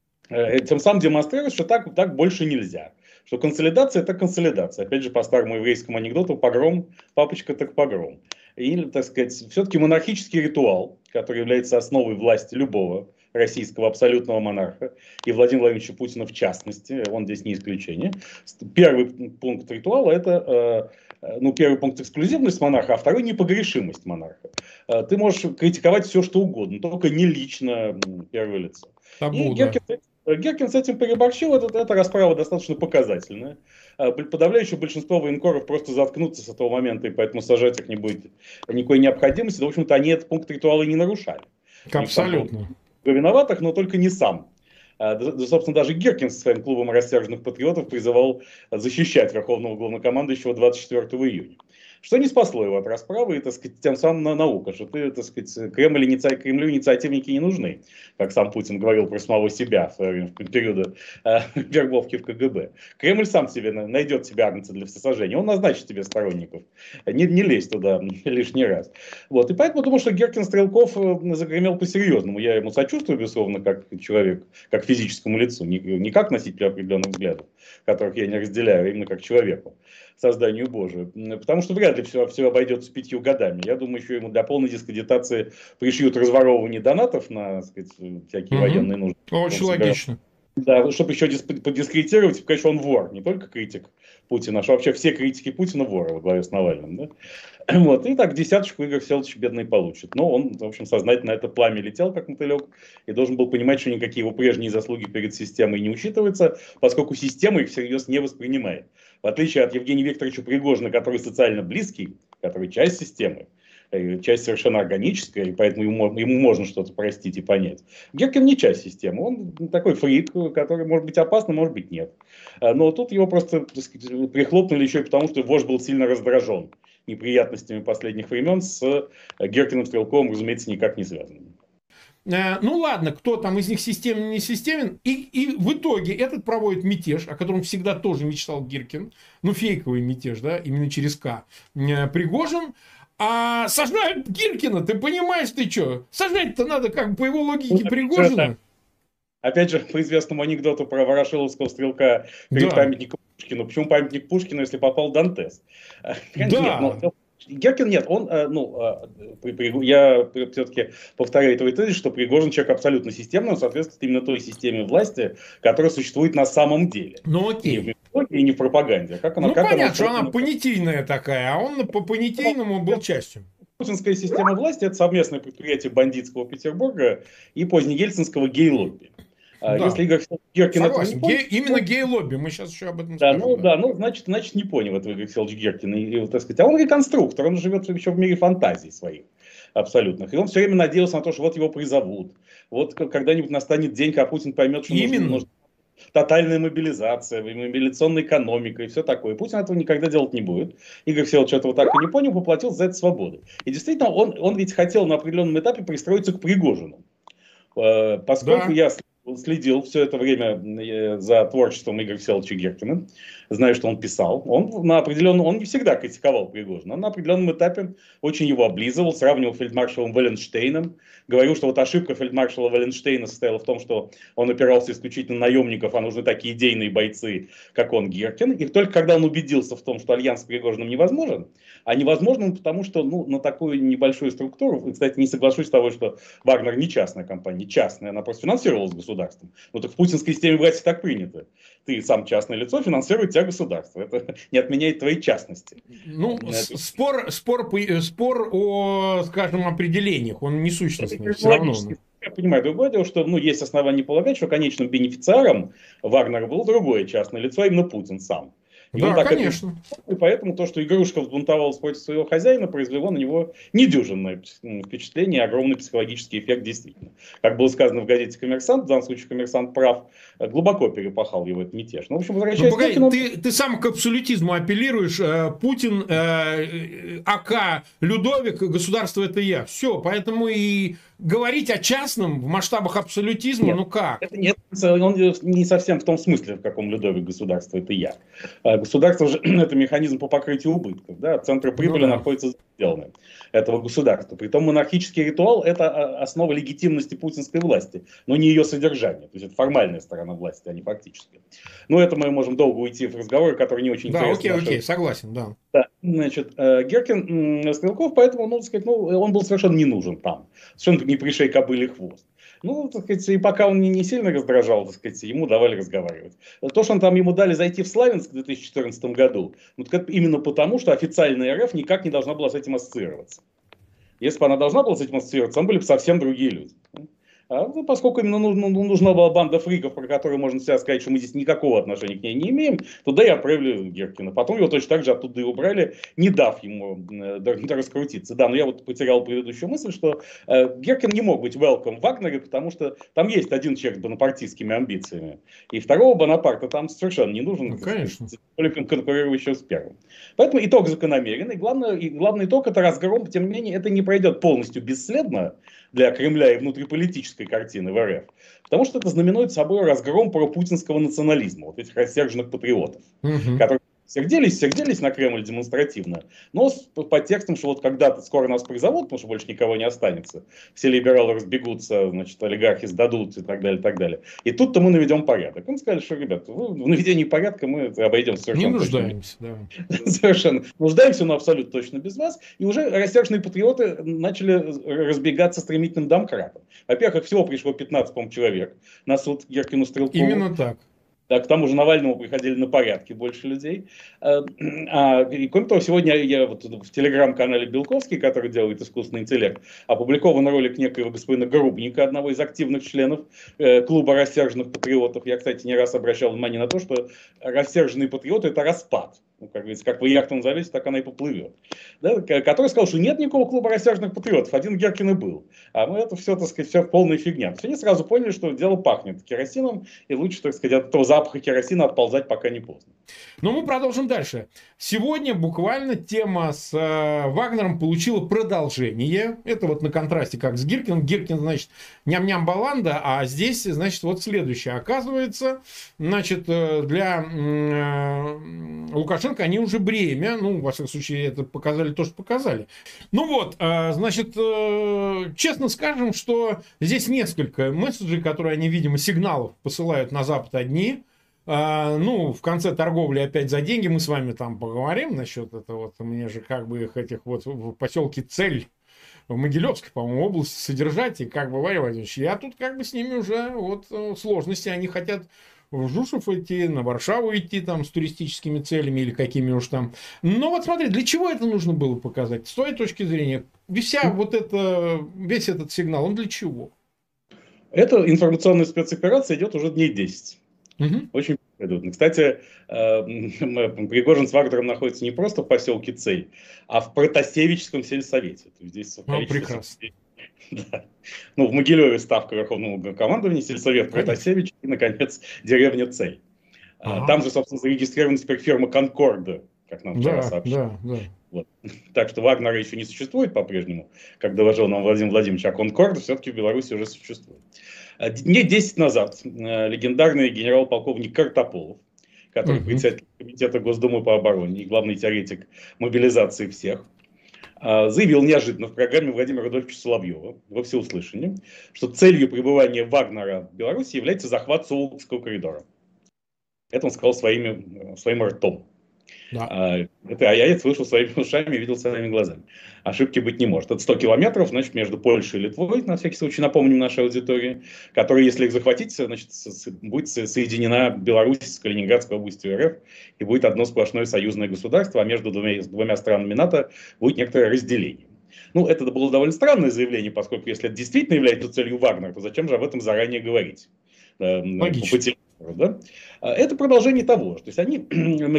э, тем самым демонстрирует, что так, так больше нельзя. Что консолидация – это консолидация. Опять же, по старому еврейскому анекдоту, погром, папочка так погром. И, так сказать, все-таки монархический ритуал, который является основой власти любого российского абсолютного монарха, и Владимира Владимировича Путина в частности, он здесь не исключение. Первый пункт ритуала – это, э, ну, первый пункт эксклюзивность монарха, а второй – непогрешимость монарха. Э, ты можешь критиковать все, что угодно, только не лично первое лицо. Табу, и Геркин, да. Геркин с этим переборщил, это, эта расправа достаточно показательная. Подавляющее большинство военкоров просто заткнутся с этого момента, и поэтому сажать их не будет никакой необходимости. Но, в общем-то, они этот пункт ритуала и не нарушали.
Абсолютно.
Виноватых, но только не сам. Да, собственно, даже Геркин со своим клубом рассерженных патриотов призывал защищать верховного главнокомандующего двадцать четвёртого июня. Что не спасло его от расправы, и, так сказать, тем самым на наука, что ты, так сказать, Кремль, иници... Кремлю инициативники не нужны, как сам Путин говорил про самого себя в период э, вербовки в ка гэ бэ. Кремль сам себе найдет себе агнца для всесожжения, он назначит тебе сторонников, не, не лезь туда лишний раз. Вот. И поэтому думаю, что Геркин Стрелков загремел по-серьезному. Я ему сочувствую, безусловно, как человек, как физическому лицу, не, не как носителю определенных взглядов, которых я не разделяю, а именно как человеку, созданию Божию. Потому что вряд ли все, все обойдется пятью годами. Я думаю, еще ему для полной дискредитации пришьют разворовывание донатов на, так сказать, всякие угу. военные нужды.
Очень логично.
Да, чтобы еще подискредитировать, конечно, он вор, не только критик Путина, а что вообще все критики Путина воры во главе с Навальным. Да? Вот. И так десяточку Игорь Всеволодович бедный получит. Но он, в общем, сознательно это пламя летел, как мотылек, и должен был понимать, что никакие его прежние заслуги перед системой не учитываются, поскольку система их всерьез не воспринимает. В отличие от Евгения Викторовича Пригожина, который социально близкий, который часть системы, часть совершенно органическая, и поэтому ему, ему можно что-то простить и понять. Геркин не часть системы, он такой фрик, который может быть опасным, может быть нет. Но тут его просто, так сказать, прихлопнули еще и потому, что вождь был сильно раздражен неприятностями последних времен с Геркиным Стрелковым, разумеется, никак не связанным.
Ну ладно, кто там из них системен, не системен. И, и в итоге этот проводит мятеж, о котором всегда тоже мечтал Гиркин. Ну, фейковый мятеж, да, именно через К. Пригожин. А сажают Гиркина, ты понимаешь, ты что? Сажать-то надо как бы по его логике ну, Пригожина.
Опять же, по известному анекдоту про ворошиловского стрелка перед да. памятником Пушкину. Почему памятник Пушкину, если попал Дантес?
Да.
Нет, но... Геркин нет, он, ну, я все-таки повторяю твою тезис, что Пригожин человек абсолютно системный, он соответствует именно той системе власти, которая существует на самом деле.
Ну окей.
Не в мифологии и не в пропаганде. Как она,
ну
как
понятно,
она,
что она понятийная такая, а он по понятийному был частью.
Путинская система власти – это совместное предприятие бандитского Петербурга и позднеельцинского гей-лобби. Да. Если Игорь Геркин этого не понял,
именно гей-лобби, мы сейчас еще об этом
да,
скажем.
Ну, да. да, ну, значит, значит, не понял этого Игорь Всеволодович Геркин. И, и, так сказать, а он реконструктор, он живет еще в мире фантазий своих абсолютных. И он все время надеялся на то, что вот его призовут. Вот когда-нибудь настанет день, когда Путин поймет, что
именно.
нужно, нужно тотальная мобилизация, мобилизационная экономика и все такое. Путин этого никогда делать не будет. Игорь Всеволодович этого так и не понял, поплатился за это свободой. И действительно, он, он ведь хотел на определенном этапе пристроиться к Пригожину. Поскольку да. я следил все это время за творчеством Игоря Всеволодовича Геркина, знаю, что он писал, он на определенном, он не всегда критиковал Пригожина, он на определенном этапе очень его облизывал, сравнивал с фельдмаршалом Валенштейном, говорил, что вот ошибка фельдмаршала Валенштейна состояла в том, что он опирался исключительно на наемников, а нужны такие идейные бойцы, как он, Геркин, и только когда он убедился в том, что альянс с Пригожиным невозможен, а невозможен потому, что ну, на такую небольшую структуру, и, кстати, не соглашусь с тобой, что Вагнер не частная компания, частная, она просто финансировалась государством. Ну так в путинской системе власти так принято. Ты сам частное лицо, финансирует тебя государство. Это не отменяет твоей частности.
Ну, это... спор, спор, спор о, скажем, определениях, он не сущностный. Все равно.
Я понимаю, другое дело, что ну, есть основания полагать, что конечным бенефициаром Вагнера был другое частное лицо, а именно Путин сам. И
да,
он так
конечно.
это... И поэтому то, что игрушка взбунтовалась против своего хозяина, произвело на него недюжинное впечатление, огромный психологический эффект действительно. Как было сказано в газете «Коммерсант», в данном случае «Коммерсант» прав, глубоко перепахал его этот мятеж. Ну, в общем, возвращаясь
Ну, погоди,
к Гиркину...
ты, ты сам к абсолютизму апеллируешь. Путин, э, АК, Людовик, государство это я. Все, поэтому и говорить о частном в масштабах абсолютизма,
нет,
ну как?
Это нет, он не совсем в том смысле, в каком Людовик государство это я. Государство же это механизм по покрытию убытков. Да? Центр прибыли
Ну, да.
находится за пределами этого государства. Притом монархический ритуал это основа легитимности путинской власти, но не ее содержание. То есть это формальная сторона власти, а не фактическая. Но это мы можем долго уйти в разговоры, которые не очень
Да,
интересны.
окей, окей, согласен, да.
Да, значит, Гиркин, Стрелков, поэтому, ну, так сказать, ну, он был совершенно не нужен там. Совершенно не пришей кобыле хвост. Ну, так сказать, и пока он не, не сильно раздражал, так сказать, ему давали разговаривать. То, что он там ему дали зайти в Славянск в две тысячи четырнадцатом году, ну, так это именно потому, что официальная РФ никак не должна была с этим ассоциироваться. Если бы она должна была с этим ассоциироваться, там были бы совсем другие люди. А, ну, поскольку именно нужна, нужна была банда фриков, про которую можно сейчас сказать, что мы здесь никакого отношения к ней не имеем, туда и отправили Гиркина. Потом его точно так же оттуда и убрали, не дав ему э, да, раскрутиться. Да, но я вот потерял предыдущую мысль, что э, Гиркин не мог быть welcome в Вагнере, потому что там есть один человек с бонапартийскими амбициями. И второго Бонапарта там совершенно не нужен,
Ну, конечно.
только конкурирующего с первым. Поэтому итог закономерен. И главное, и главный итог это разгром, тем не менее, это не пройдет полностью бесследно для Кремля и внутриполитической картины в РФ. Потому что это знаменует собой разгром пропутинского национализма, вот этих рассерженных патриотов,
Угу.
которые сердились, сердились на Кремль демонстративно, но с подтекстом, что вот когда-то скоро нас призовут, потому что больше никого не останется, все либералы разбегутся, значит, олигархи сдадутся и так далее, и так далее. И тут-то мы наведем порядок. Он сказали, что, ребята, в наведении порядка мы обойдемся совершенно
Не
точно.
нуждаемся, да.
Совершенно. Нуждаемся, но абсолютно точно без вас. И уже рассерженные патриоты начали разбегаться стремительным домкратом. Во-первых, всего пришло пятнадцать, по-моему, человек на суд Гиркину Стрелкову.
Именно так.
Да, к тому же Навальному приходили на порядки больше людей. А, и кроме того, сегодня я вот в телеграм-канале Белковский, который делает искусственный интеллект, опубликован ролик некоего господина Грубника, одного из активных членов э, клуба рассерженных патриотов. Я, кстати, не раз обращал внимание на то, что рассерженные патриоты это распад. Ну, как говорится, как вы яхту назовете, так она и поплывет. Да, который сказал, что нет никакого клуба рассерженных патриотов, один Гиркин и был. А ну это все, так сказать, все полная фигня. Все они сразу поняли, что дело пахнет керосином, и лучше, так сказать, от этого запаха керосина отползать, пока не поздно.
Но мы продолжим дальше. Сегодня буквально тема с э, Вагнером получила продолжение. Это вот на контрасте как с Гиркиным. Гиркин, значит, ням-ням баланда, а здесь, значит, вот следующее. Оказывается, значит, э, для э, Лукашенко они уже бремя. Ну, во всяком случае, это показали то, что показали. Ну вот, э, значит, э, честно скажем, что здесь несколько месседжей, которые они, видимо, сигналов посылают на Запад одни. А, ну, в конце торговли опять за деньги мы с вами там поговорим насчет этого. Вот, мне же как бы их этих вот в поселке Цель в Могилевской, по-моему, области содержать и как бы Варя Владимирович. Я тут как бы с ними уже вот сложности. Они хотят в Жушев идти, на Варшаву идти там с туристическими целями или какими уж там. Но вот смотри, для чего это нужно было показать? С той точки зрения, вся вот это, весь этот сигнал, он для чего?
Эта информационная спецоперация идет уже дней десять.
Угу.
Очень последовательно. Кстати, Пригожин с Вагнером находится не просто в поселке Цель, а в Протасевичском сельсовете. То есть здесь
Ну, прекрасно.
Да. Ну, в Могилеве ставка Верховного командования, сельсовет Протасевич и, наконец, деревня Цель. Ага. Там же, собственно, зарегистрирована теперь фирма Конкорда, как нам вчера
да,
сообщили.
Да, да.
Вот. Так что Вагнера еще не существует по-прежнему, как доложил нам Владимир Владимирович, а Конкорда все-таки в Беларуси уже существует. Дней десять назад легендарный генерал-полковник Картополов, который uh-huh. председатель комитета Госдумы по обороне и главный теоретик мобилизации всех, заявил неожиданно в программе Владимира Рудольфовича Соловьева во всеуслышание, что целью пребывания Вагнера в Беларуси является захват Суворовского коридора. Это он сказал своими, своим ртом. Да. А, это, а я это слышал своими ушами и видел своими глазами. Ошибки быть не может. Это сто километров, значит, между Польшей и Литвой, на всякий случай напомним нашей аудитории, которая, если их захватить, значит, будет соединена Беларусь с Калининградской областью РФ, и будет одно сплошное союзное государство, а между двумя, двумя странами НАТО будет некоторое разделение. Ну, это было довольно странное заявление, поскольку если это действительно является целью Вагнера, то зачем же об этом заранее говорить?
Логично.
Да? Это продолжение того, то есть они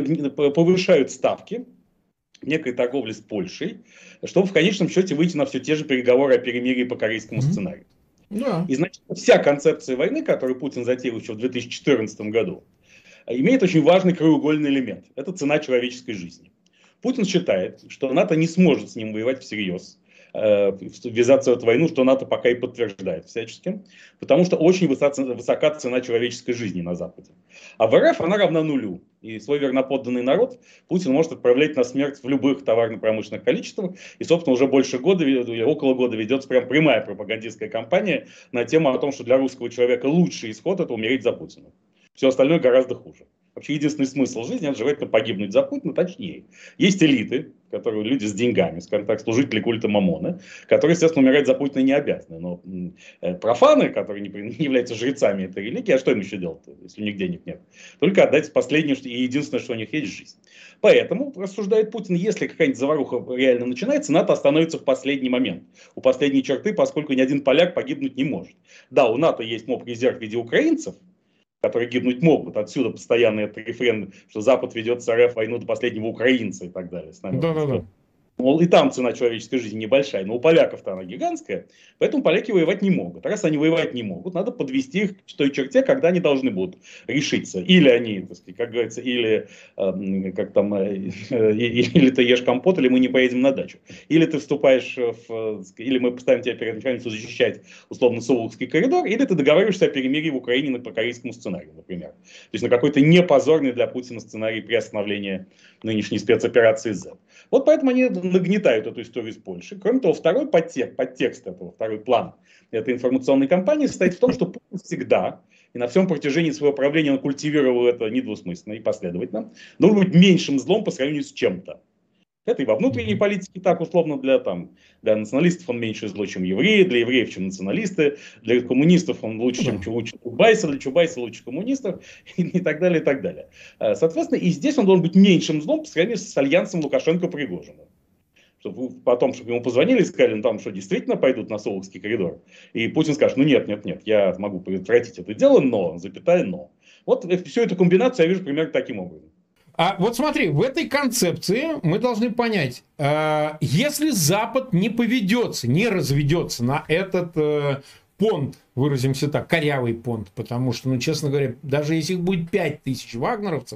повышают ставки некой торговли с Польшей, чтобы в конечном счете выйти на все те же переговоры о перемирии по корейскому
Мгм.
сценарию.
Да.
И значит, вся концепция войны, которую Путин затеял еще в две тысячи четырнадцатом году, имеет очень важный краеугольный элемент. Это цена человеческой жизни. Путин считает, что НАТО не сможет с ним воевать всерьез, э, ввязаться в эту войну, что НАТО пока и подтверждает всячески, потому что очень высока, высока цена человеческой жизни на Западе. А в РФ она равна нулю. И свой верноподданный народ Путин может отправлять на смерть в любых товарно-промышленных количествах. И, собственно, уже больше года или около года ведется прям прямая пропагандистская кампания на тему о том, что для русского человека лучший исход – это умереть за Путина. Все остальное гораздо хуже. Вообще единственный смысл жизни – это желательно погибнуть за Путина, точнее. Есть элиты, которые люди с деньгами, скажем так, служители культа Мамона, которые, естественно, умирать за Путина не обязаны. Но э, профаны, которые не, не являются жрецами этой религии, а что им еще делать, если у них денег нет? Только отдать последнее и единственное, что у них есть, жизнь. Поэтому, рассуждает Путин, если какая-нибудь заваруха реально начинается, НАТО остановится в последний момент, у последней черты, поскольку ни один поляк погибнуть не может. Да, у НАТО есть моб-резерв в виде украинцев, которые гибнуть могут. Отсюда постоянный этот рефрен, что Запад ведет с РФ войну до последнего украинца и так далее.
Да, да, да.
Мол, и там цена человеческой жизни небольшая, но у поляков-то она гигантская, поэтому поляки воевать не могут. Раз они воевать не могут, надо подвести их к той черте, когда они должны будут решиться. Или они, так сказать, как говорится, или, э, как там, э, э, или ты ешь компот, или мы не поедем на дачу. Или ты вступаешь в, или мы поставим тебя перед начальницу защищать, условно, Сулукский коридор, или ты договариваешься о перемирии в Украине по корейскому сценарию, например. То есть на какой-то непозорный для Путина сценарий приостановления нынешней спецоперации Z. Вот поэтому они нагнетают эту историю с Польшей. Кроме того, второй подтекст, подтекст этого, второй план этой информационной кампании состоит в том, что Путин всегда и на всем протяжении своего правления он культивировал это недвусмысленно и последовательно, должен быть меньшим злом по сравнению с чем-то. Это и во внутренней политике так условно, для, там, для националистов он меньше зло, чем евреи, для евреев, чем националисты, для коммунистов он лучше, чем лучше Чубайса, для Чубайса лучше коммунистов и, и так далее, и так далее. Соответственно, и здесь он должен быть меньшим злом по сравнению с альянсом Лукашенко-Пригожина. Чтобы потом, чтобы ему позвонили и сказали, ну там что, действительно пойдут на Соловский коридор? И Путин скажет, ну нет, нет, нет, я могу предотвратить это дело, но, запятая, но. Вот всю эту комбинацию я вижу примерно таким образом.
А вот смотри, в этой концепции мы должны понять, э, если Запад не поведется, не разведется на этот э, понт, выразимся так, корявый понт, потому что, ну, честно говоря, даже если их будет пять тысяч вагнеровцев,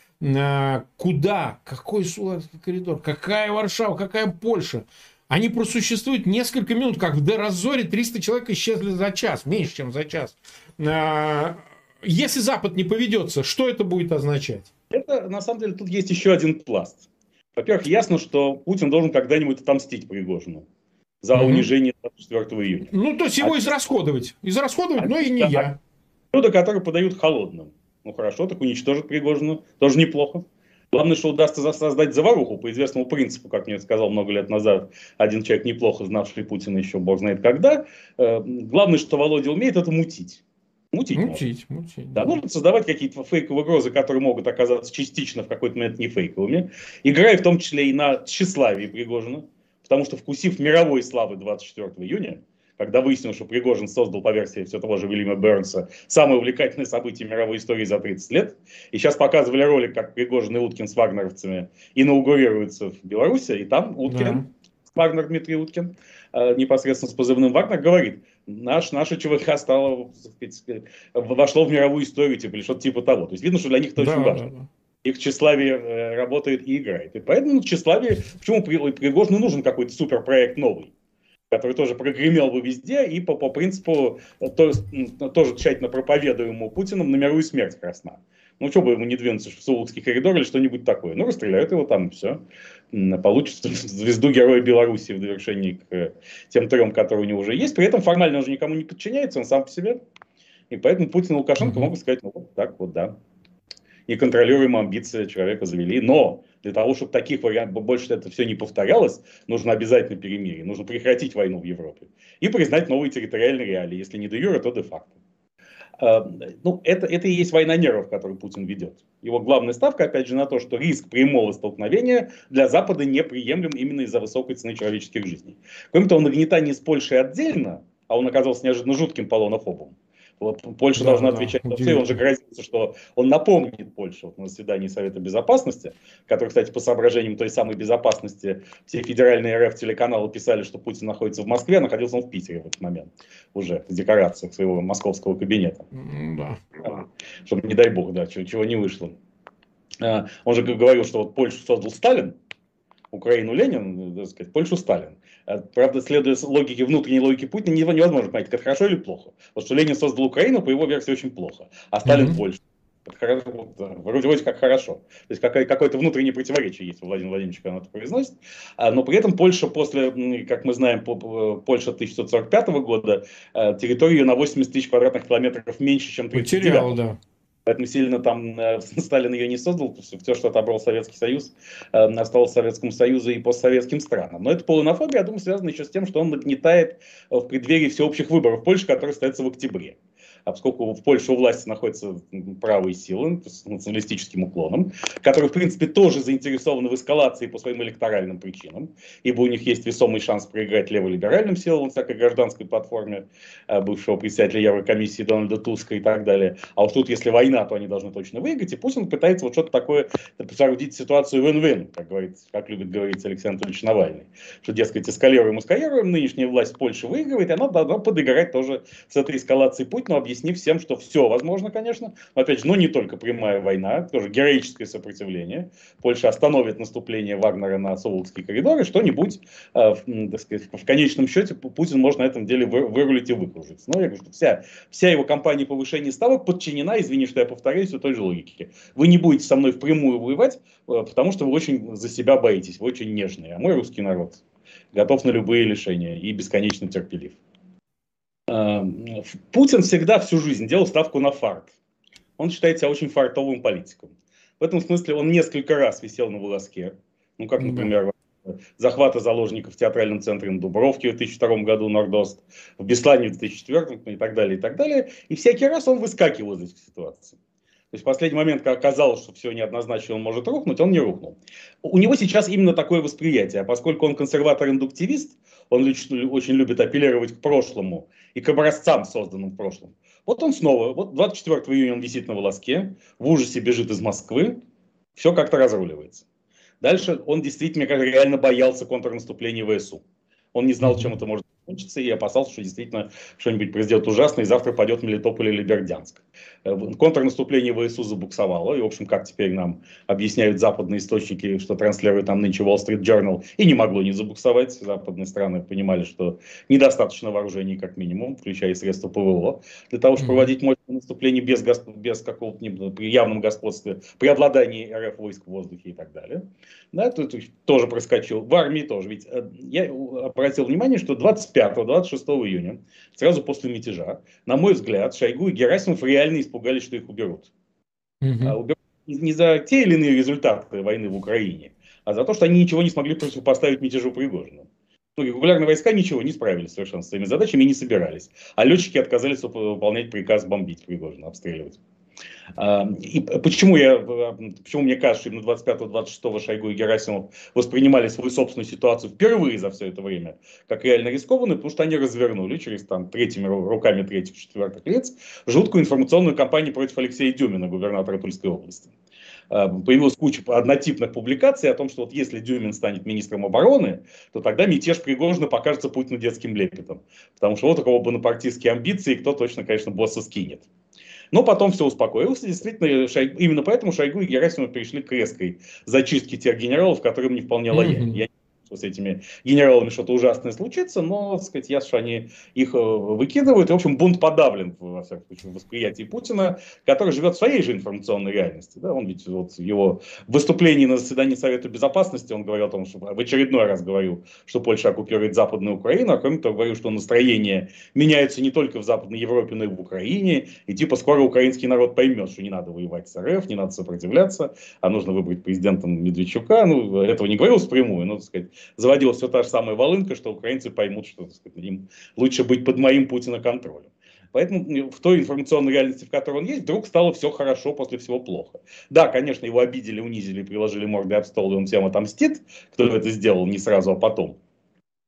э, куда, какой Сулавский коридор, какая Варшава, какая Польша, они просуществуют несколько минут, как в Деразоре триста человек исчезли за час, меньше, чем за час. Э, если Запад не поведется, что это будет означать?
Это, на самом деле, тут есть еще один пласт. Во-первых, ясно, что Путин должен когда-нибудь отомстить Пригожину за mm-hmm. унижение двадцать четвёртого июня.
Ну, то есть его а израсходовать. Израсходовать, а но и не да, я.
Люди, которые подают холодным. Ну, хорошо, так уничтожить Пригожину. Тоже неплохо. Главное, что удастся создать заваруху по известному принципу, как мне сказал много лет назад один человек, неплохо знавший Путина еще бог знает когда. Главное, что Володя умеет, это мутить. Мутить,
мутить, мутить.
Да, нужно создавать какие-то фейковые угрозы, которые могут оказаться частично в какой-то момент не фейковыми, играя в том числе и на тщеславии Пригожина, потому что, вкусив мировой славы двадцать четвёртого июня, когда выяснилось, что Пригожин создал по версии все того же Уильяма Бернса самое увлекательное событие мировой истории за тридцать лет, и сейчас показывали ролик, как Пригожин и Уткин с вагнеровцами инаугурируются в Беларуси, и там Уткин, да. Вагнер Дмитрий Уткин, непосредственно с позывным Вагнер, говорит, Наш, наша ЧВК стала, так сказать, вошло в мировую историю, типа, или что-то типа того. То есть видно, что для них это да, очень важно. Да, да. Их тщеславие э, работает и играет. И поэтому тщеславие, почему Пригожину нужен какой-то суперпроект новый, который тоже прогремел бы везде и по, по принципу то, тоже тщательно проповедуемому Путиным на мировую смерть красна. Ну, что бы ему не двинуться в Сулукский коридор или что-нибудь такое. Ну, расстреляют его там, и все. Получит звезду Героя Беларуси в довершении к тем трем, которые у него уже есть. При этом формально он же никому не подчиняется, он сам по себе. И поэтому Путин и Лукашенко mm-hmm. могут сказать, ну, вот так вот, да. Неконтролируемые амбиции человека завели. Но для того, чтобы таких вариантов, больше это все не повторялось, нужно обязательно перемирие. Нужно прекратить войну в Европе. И признать новые территориальные реалии. Если не де юре, то де факто. Ну, это, это и есть война нервов, которую Путин ведет. Его главная ставка, опять же, на то, что риск прямого столкновения для Запада неприемлем именно из-за высокой цены человеческих жизней. Кроме того, нагнетание с Польшей отдельно, а он оказался неожиданно жутким полонофобом, Вот Польша
Да,
должна
да,
отвечать за все, и
удивительно.
он же грозится, что он напомнит Польшу вот на заседании Совета Безопасности, который, кстати, по соображениям той самой безопасности, все федеральные эр эф телеканалы писали, что Путин находится в Москве, а находился он в Питере в этот момент, уже в декорациях своего московского кабинета.
М, Да.
Чтобы, не дай бог, да, чего, чего не вышло. А, Он же говорил, что вот Польшу создал Сталин, Украину Ленин, так сказать, Польшу Сталин. А, Правда, следуя логике, внутренней логике Путина, нево- невозможно понять, это хорошо или плохо. Вот что Ленин создал Украину, по его версии, очень плохо, а Сталин
Мгм.
Польшу. Это хоро- вот, да, вроде, вроде как хорошо. То есть какое- какое-то внутреннее противоречие есть у Владимира Владимировича, когда он это произносит. А, Но при этом Польша после, м, как мы знаем, по- по- Польша тысяча девятьсот сорок пятого года, э, территория ее на восемьдесят тысяч квадратных километров меньше, чем тридцать
Потерял,
девятого.
да.
Поэтому сильно там э, Сталин ее не создал, потому что все, что отобрал Советский Союз, э, осталось Советскому Союзу и постсоветским странам. Но эта полунофобия, я думаю, связана еще с тем, что он нагнетает э, в преддверии всеобщих выборов в Польше, которые состоятся в октябре. А поскольку в Польше у власти находятся м, правые силы с националистическим уклоном, которые, в принципе, тоже заинтересованы в эскалации по своим электоральным причинам, ибо у них есть весомый шанс проиграть леволиберальным силам, всякой гражданской платформе э, бывшего председателя Еврокомиссии Дональда Туска и так далее. А уж тут, если война, то они должны точно выиграть. И Путин пытается вот что-то такое соорудить ситуацию win-win, как, говорит, как любит говорить Алексей Анатольевич Навальный. Что, дескать, эскалируем, эскалируем, нынешняя власть Польши выигрывает, и она должна подыграть тоже с этой эскалацией Путина, объяснив всем, что все возможно, конечно. Но, опять же, ну не только прямая война, тоже героическое сопротивление. Польша остановит наступление Вагнера на Суволжский коридор, и что-нибудь, э, в, м, так сказать, в конечном счете Путин может на этом деле вы, вырулить и выкружиться. Но я говорю, что вся, вся его кампания повышения ставок подчинена, извини, что я повторяюсь, у той же логике. Вы не будете со мной впрямую воевать, э, потому что вы очень за себя боитесь, вы очень нежные. А мой русский народ готов на любые лишения и бесконечно терпелив. Э, Путин всегда всю жизнь делал ставку на фарт. Он считает себя очень фартовым политиком. В этом смысле он несколько раз висел на волоске. Ну, как,
Да.
например, захвата заложников в театральном центре на Дубровке в две тысячи втором году Нордост, в Беслане в две тысячи четвёртом и так далее, и так далее. И всякий раз он выскакивал из этих ситуаций. То есть в последний момент, когда оказалось, что все неоднозначно, он может рухнуть, он не рухнул. У него сейчас именно такое восприятие. А поскольку он консерватор-индуктивист, он очень любит апеллировать к прошлому и к образцам, созданным в прошлом. Вот он снова, вот двадцать четвёртого июня он висит на волоске, в ужасе бежит из Москвы, все как-то разруливается. Дальше он действительно, мне кажется, реально боялся контрнаступления ВСУ. Он не знал, чем
Мгм.
это может закончиться, и опасался, что действительно что-нибудь произойдет ужасное, и завтра пойдет Мелитополь или Бердянск. Э, Контрнаступление ВСУ забуксовало, и, в общем, как теперь нам объясняют западные источники, что транслируют там нынче Wall Street Journal, и не могло не забуксовать. Западные страны понимали, что недостаточно вооружений, как минимум, включая и средства ПВО, для того, чтобы
Мгм.
проводить мощное наступление без, госп... без какого-то при явном господстве, при обладании РФ войск в воздухе и так далее. Да, тут тоже проскочил. В армии тоже. Ведь э, я обратил внимание, что двадцать пятого — двадцать шестого июня, сразу после мятежа, на мой взгляд, Шойгу и Герасимов реально испугались, что их уберут. А
Мгм.
уберут не за те или иные результаты войны в Украине, а за то, что они ничего не смогли противопоставить мятежу Пригожина. Ну, регулярные войска ничего не справились совершенно с своими задачами и не собирались. А летчики отказались выполнять приказ бомбить Пригожина, обстреливать. И почему, я, почему мне кажется, что именно двадцать пятого — двадцать шестого Шойгу и Герасимов воспринимали свою собственную ситуацию впервые за все это время как реально рискованную, потому что они развернули через там, третьими руками третьих, четвертых лиц жуткую информационную кампанию против Алексея Дюмина, губернатора Тульской области. Появилась куча однотипных публикаций о том, что вот если Дюмин станет министром обороны, то тогда мятеж Пригожина покажется Путину детским лепетом. Потому что вот у кого бонапартийские амбиции, кто точно, конечно, босса скинет. Но потом все успокоилось. Действительно, Шойгу, именно поэтому Шойгу и Герасимов перешли к резкой зачистке тех генералов, которым не вполне лояльны.
Мгм.
Я не думаю, что с этими генералами что-то ужасное случится, но, так сказать, ясно, что они их выкидывают. И, в общем, бунт подавлен, во всяком случае, в восприятии Путина, который живет в своей же информационной реальности. Да? Он ведь вот его выступлении на заседании Совета Безопасности, он говорил о том, что в очередной раз говорил, что Польша оккупирует Западную Украину, а кроме того говорил, что настроение меняется не только в Западной Европе, но и в Украине, и типа скоро украинский народ поймет, что не надо воевать с РФ, не надо сопротивляться, а нужно выбрать президентом Медведчука. Ну, этого не говорил впрямую, но, так сказать, заводилась все та же самая волынка, что украинцы поймут, что, так сказать, им лучше быть под моим Путина контролем. Поэтому в той информационной реальности, в которой он есть, вдруг стало все хорошо, после всего плохо. Да, конечно, его обидели, унизили, приложили мордой об стол, и он всем отомстит, кто это сделал, не сразу, а потом.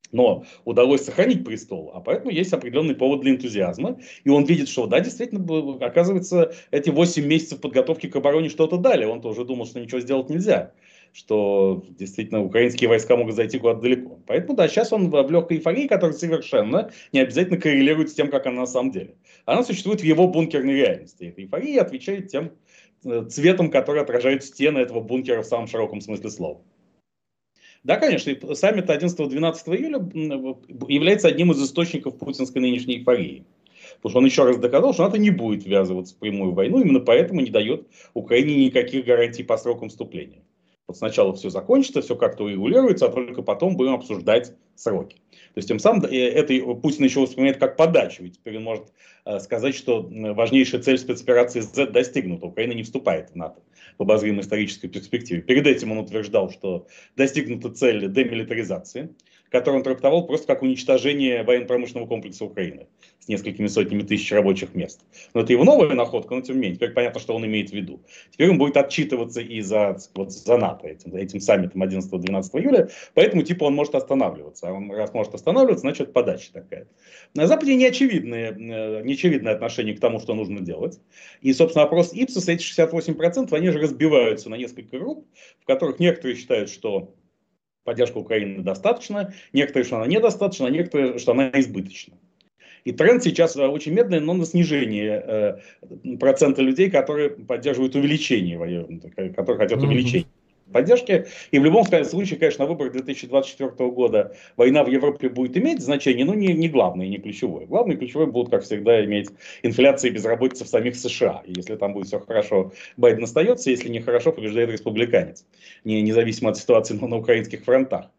Но удалось сохранить престол, а поэтому есть определенный повод для энтузиазма. И он видит, что да, действительно, оказывается, эти восемь месяцев подготовки к обороне что-то дали. Он тоже думал, что ничего сделать нельзя. Что действительно украинские войска могут зайти куда-то далеко. Поэтому да, сейчас он в легкой эйфории, которая совершенно не обязательно коррелирует с тем, как она на самом деле. Она существует в его бункерной реальности. Эта эйфория отвечает тем цветом, который отражает стены этого бункера в самом широком смысле слова. Да, конечно, и саммит одиннадцатого-двенадцатого июля является одним из источников путинской нынешней эйфории. Потому что он еще раз доказал, что НАТО не будет ввязываться в прямую войну, именно поэтому не дает Украине никаких гарантий по срокам вступления. Вот сначала все закончится, все как-то урегулируется, а только потом будем обсуждать сроки. То есть тем самым это Путин еще воспринимает как подачу. Ведь теперь он может сказать, что важнейшая цель спецоперации Z достигнута. Украина не вступает в НАТО в обозримой исторической перспективе. Перед этим он утверждал, что достигнута цель демилитаризации, которую он трактовал просто как уничтожение военно-промышленного комплекса Украины с несколькими сотнями тысяч рабочих мест. Но это его новая находка, но тем не менее, теперь понятно, что он имеет в виду. Теперь он будет отчитываться и за, вот, за НАТО этим, этим саммитом одиннадцатого-двенадцатого июля, поэтому типа он может останавливаться. А он раз может останавливаться, значит подача такая. На Западе неочевидное, неочевидное отношение к тому, что нужно делать. И, собственно, опрос Ипсоса, эти шестьдесят восемь процентов, они же разбиваются на несколько групп, в которых некоторые считают, что поддержка Украины достаточно, некоторые, что она недостаточна, а некоторые, что она избыточна. И тренд сейчас очень медленный, но на снижение э, процента людей, которые поддерживают увеличение, которые хотят увеличения поддержки. И в любом случае, конечно, на выборах две тысячи двадцать четвёртого года война в Европе будет иметь значение, но не, не главное, не ключевое. Главное и ключевое будут, как всегда, иметь инфляция и безработица в самих США. И если там будет все хорошо, Байден остается, если не хорошо, побеждает республиканец. Не, независимо от ситуации на, на украинских фронтах.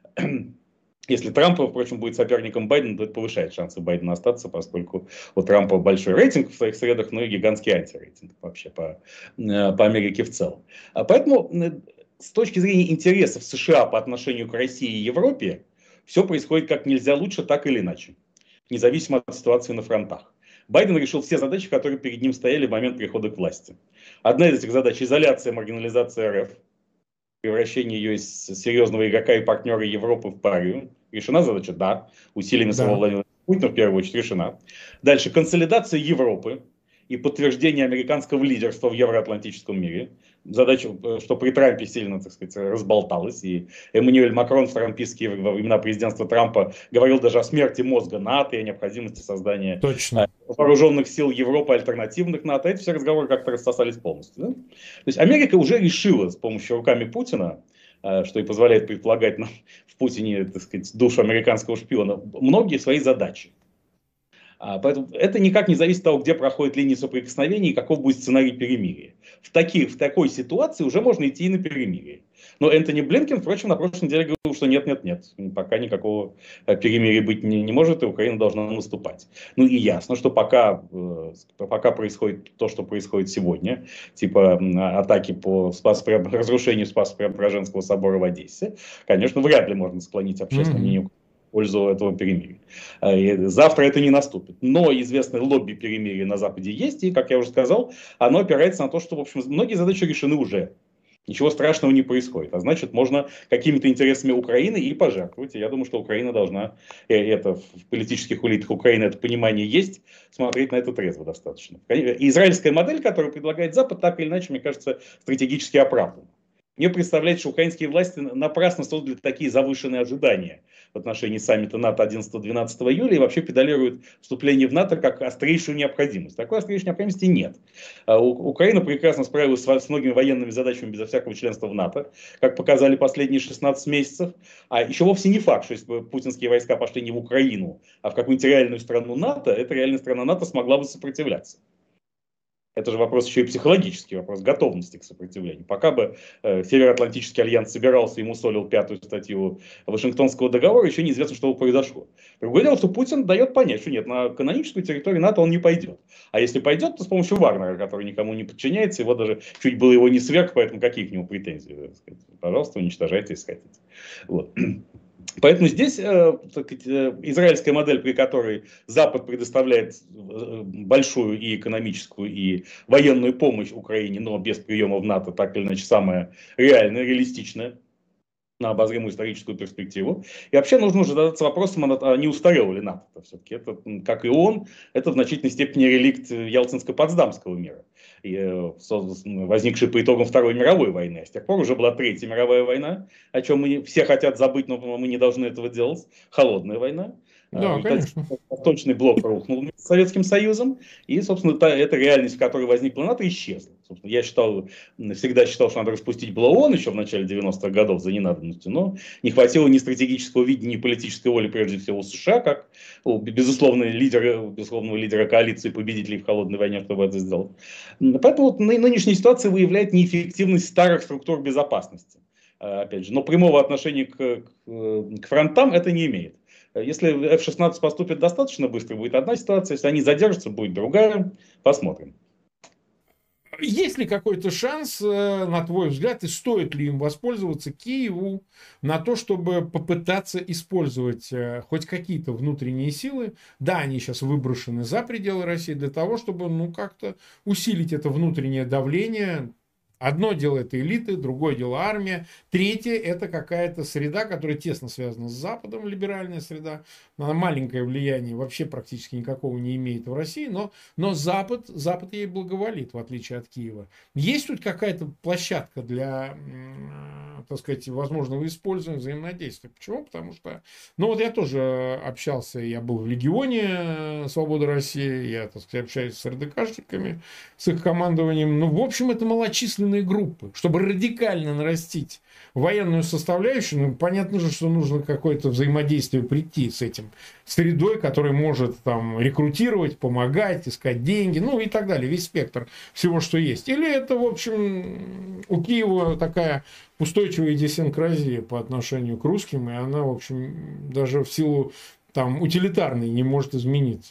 Если Трамп, впрочем, будет соперником Байдена, то это повышает шансы Байдена остаться, поскольку у Трампа большой рейтинг в своих средах, но и гигантский антирейтинг вообще по, по Америке в целом. Поэтому с точки зрения интересов США по отношению к России и Европе, все происходит как нельзя лучше, так или иначе, независимо от ситуации на фронтах. Байден решил все задачи, которые перед ним стояли в момент прихода к власти. Одна из этих задач – изоляция, маргинализация РФ, превращение ее из серьезного игрока и партнера Европы в парию. Решена задача? Да. Усилиями да. самого Владимира Путина, в первую очередь, решена. Дальше. Консолидация Европы и подтверждение американского лидерства в евроатлантическом мире. Задача, что при Трампе сильно, так сказать, разболталась. И Эммануэль Макрон в трампийские во времена президентства Трампа говорил даже о смерти мозга НАТО и о необходимости создания Точно. вооруженных сил Европы, альтернативных НАТО. Эти все разговоры как-то рассосались полностью. Да? То есть Америка уже решила с помощью руками Путина, что и позволяет предполагать нам в Путине, так сказать, душу американского шпиона, многие свои задачи. Поэтому это никак не зависит от того, где проходит линия соприкосновения и каков будет сценарий перемирия. В, таки, в такой ситуации уже можно идти и на перемирие. Но Энтони Блинкен, впрочем, на прошлой неделе говорил, что нет-нет-нет, пока никакого перемирия быть не, не может, и Украина должна наступать. Ну и ясно, что пока, пока происходит то, что происходит сегодня, типа атаки по спас, разрушению Спасо-Преображенского собора в Одессе, конечно, вряд ли можно склонить общественное мнение mm-hmm. в пользу этого перемирия. И завтра это не наступит. Но известное лобби перемирия на Западе есть, и, как я уже сказал, оно опирается на то, что, в общем, многие задачи решены уже. Ничего страшного не происходит. А значит, можно какими-то интересами Украины и пожертвовать. И я думаю, что Украина должна, это в политических элитах Украины это понимание есть, смотреть на это трезво достаточно. Израильская модель, которую предлагает Запад, так или иначе, мне кажется, стратегически оправдана. Мне представляется, что украинские власти напрасно создали такие завышенные ожидания в отношении саммита НАТО одиннадцатого-двенадцатого июля и вообще педалируют вступление в НАТО как острейшую необходимость. Такой острейшей необходимости нет. Украина прекрасно справилась с многими военными задачами безо всякого членства в НАТО, как показали последние шестнадцать месяцев. А еще вовсе не факт, что если бы путинские войска пошли не в Украину, а в какую-нибудь реальную страну НАТО, эта реальная страна НАТО смогла бы сопротивляться. Это же вопрос еще и психологический, вопрос готовности к сопротивлению. Пока бы э, Североатлантический альянс собирался и мусолил пятую статью Вашингтонского договора, еще неизвестно, что бы произошло. Другое дело, что Путин дает понять, что нет, на каноническую территорию НАТО он не пойдет. А если пойдет, то с помощью Вагнера, который никому не подчиняется, его даже чуть было его не сверг, поэтому какие к нему претензии? Пожалуйста, уничтожайте, если хотите. Вот. Поэтому здесь э, так сказать, э, израильская модель, при которой Запад предоставляет большую и экономическую, и военную помощь Украине, но без приема в НАТО, так или иначе, самая реальная, реалистичная. на обозримую историческую перспективу. И вообще нужно уже задаться вопросом, а не устарел ли НАТО. Все-таки это, как и он, это в значительной степени реликт Ялтинско-Потсдамского мира, и, возникший по итогам Второй мировой войны. А с тех пор уже была Третья мировая война, о чем мы все хотят забыть, но мы не должны этого делать. Холодная война.
Да, конечно.
Восточный блок рухнул с Советским Союзом, и, собственно, та, эта реальность, в которой возникла НАТО, исчезла. Собственно, я считал, всегда считал, что надо распустить был ООН еще в начале девяностых годов за ненадобностью, но не хватило ни стратегического видения, ни политической воли, прежде всего, у США, как у безусловного лидера, безусловного лидера коалиции победителей в холодной войне, чтобы это сделать. Поэтому вот нынешняя ситуация выявляет неэффективность старых структур безопасности. Опять же, но прямого отношения к, к, к фронтам это не имеет. Если эф шестнадцать поступит достаточно быстро, будет одна ситуация. Если они задержатся, будет другая. Посмотрим.
Есть ли какой-то шанс, на твой взгляд, и стоит ли им воспользоваться Киеву на то, чтобы попытаться использовать хоть какие-то внутренние силы? Да, они сейчас выброшены за пределы России для того, чтобы ну, как-то усилить это внутреннее давление. Одно дело это элиты, другое дело армия. Третье это какая-то среда, которая тесно связана с Западом, либеральная среда. Она маленькое влияние вообще практически никакого не имеет в России, но, но Запад, Запад ей благоволит, в отличие от Киева. Есть тут какая-то площадка для, так сказать, возможного использования, взаимодействия. Почему? Потому что, ну вот я тоже общался, я был в Легионе Свободы России, я, так сказать, общаюсь с РДКшниками, с их командованием. Ну, в общем, это малочисленные группы. Чтобы радикально нарастить военную составляющую, ну, понятно же, что нужно какое-то взаимодействие прийти с этим средой, которая может там рекрутировать, помогать, искать деньги, ну и так далее, весь спектр всего, что есть. Или это, в общем, у Киева такая устойчивая идиосинкразия по отношению к русским, и она, в общем, даже в силу там утилитарной не может измениться.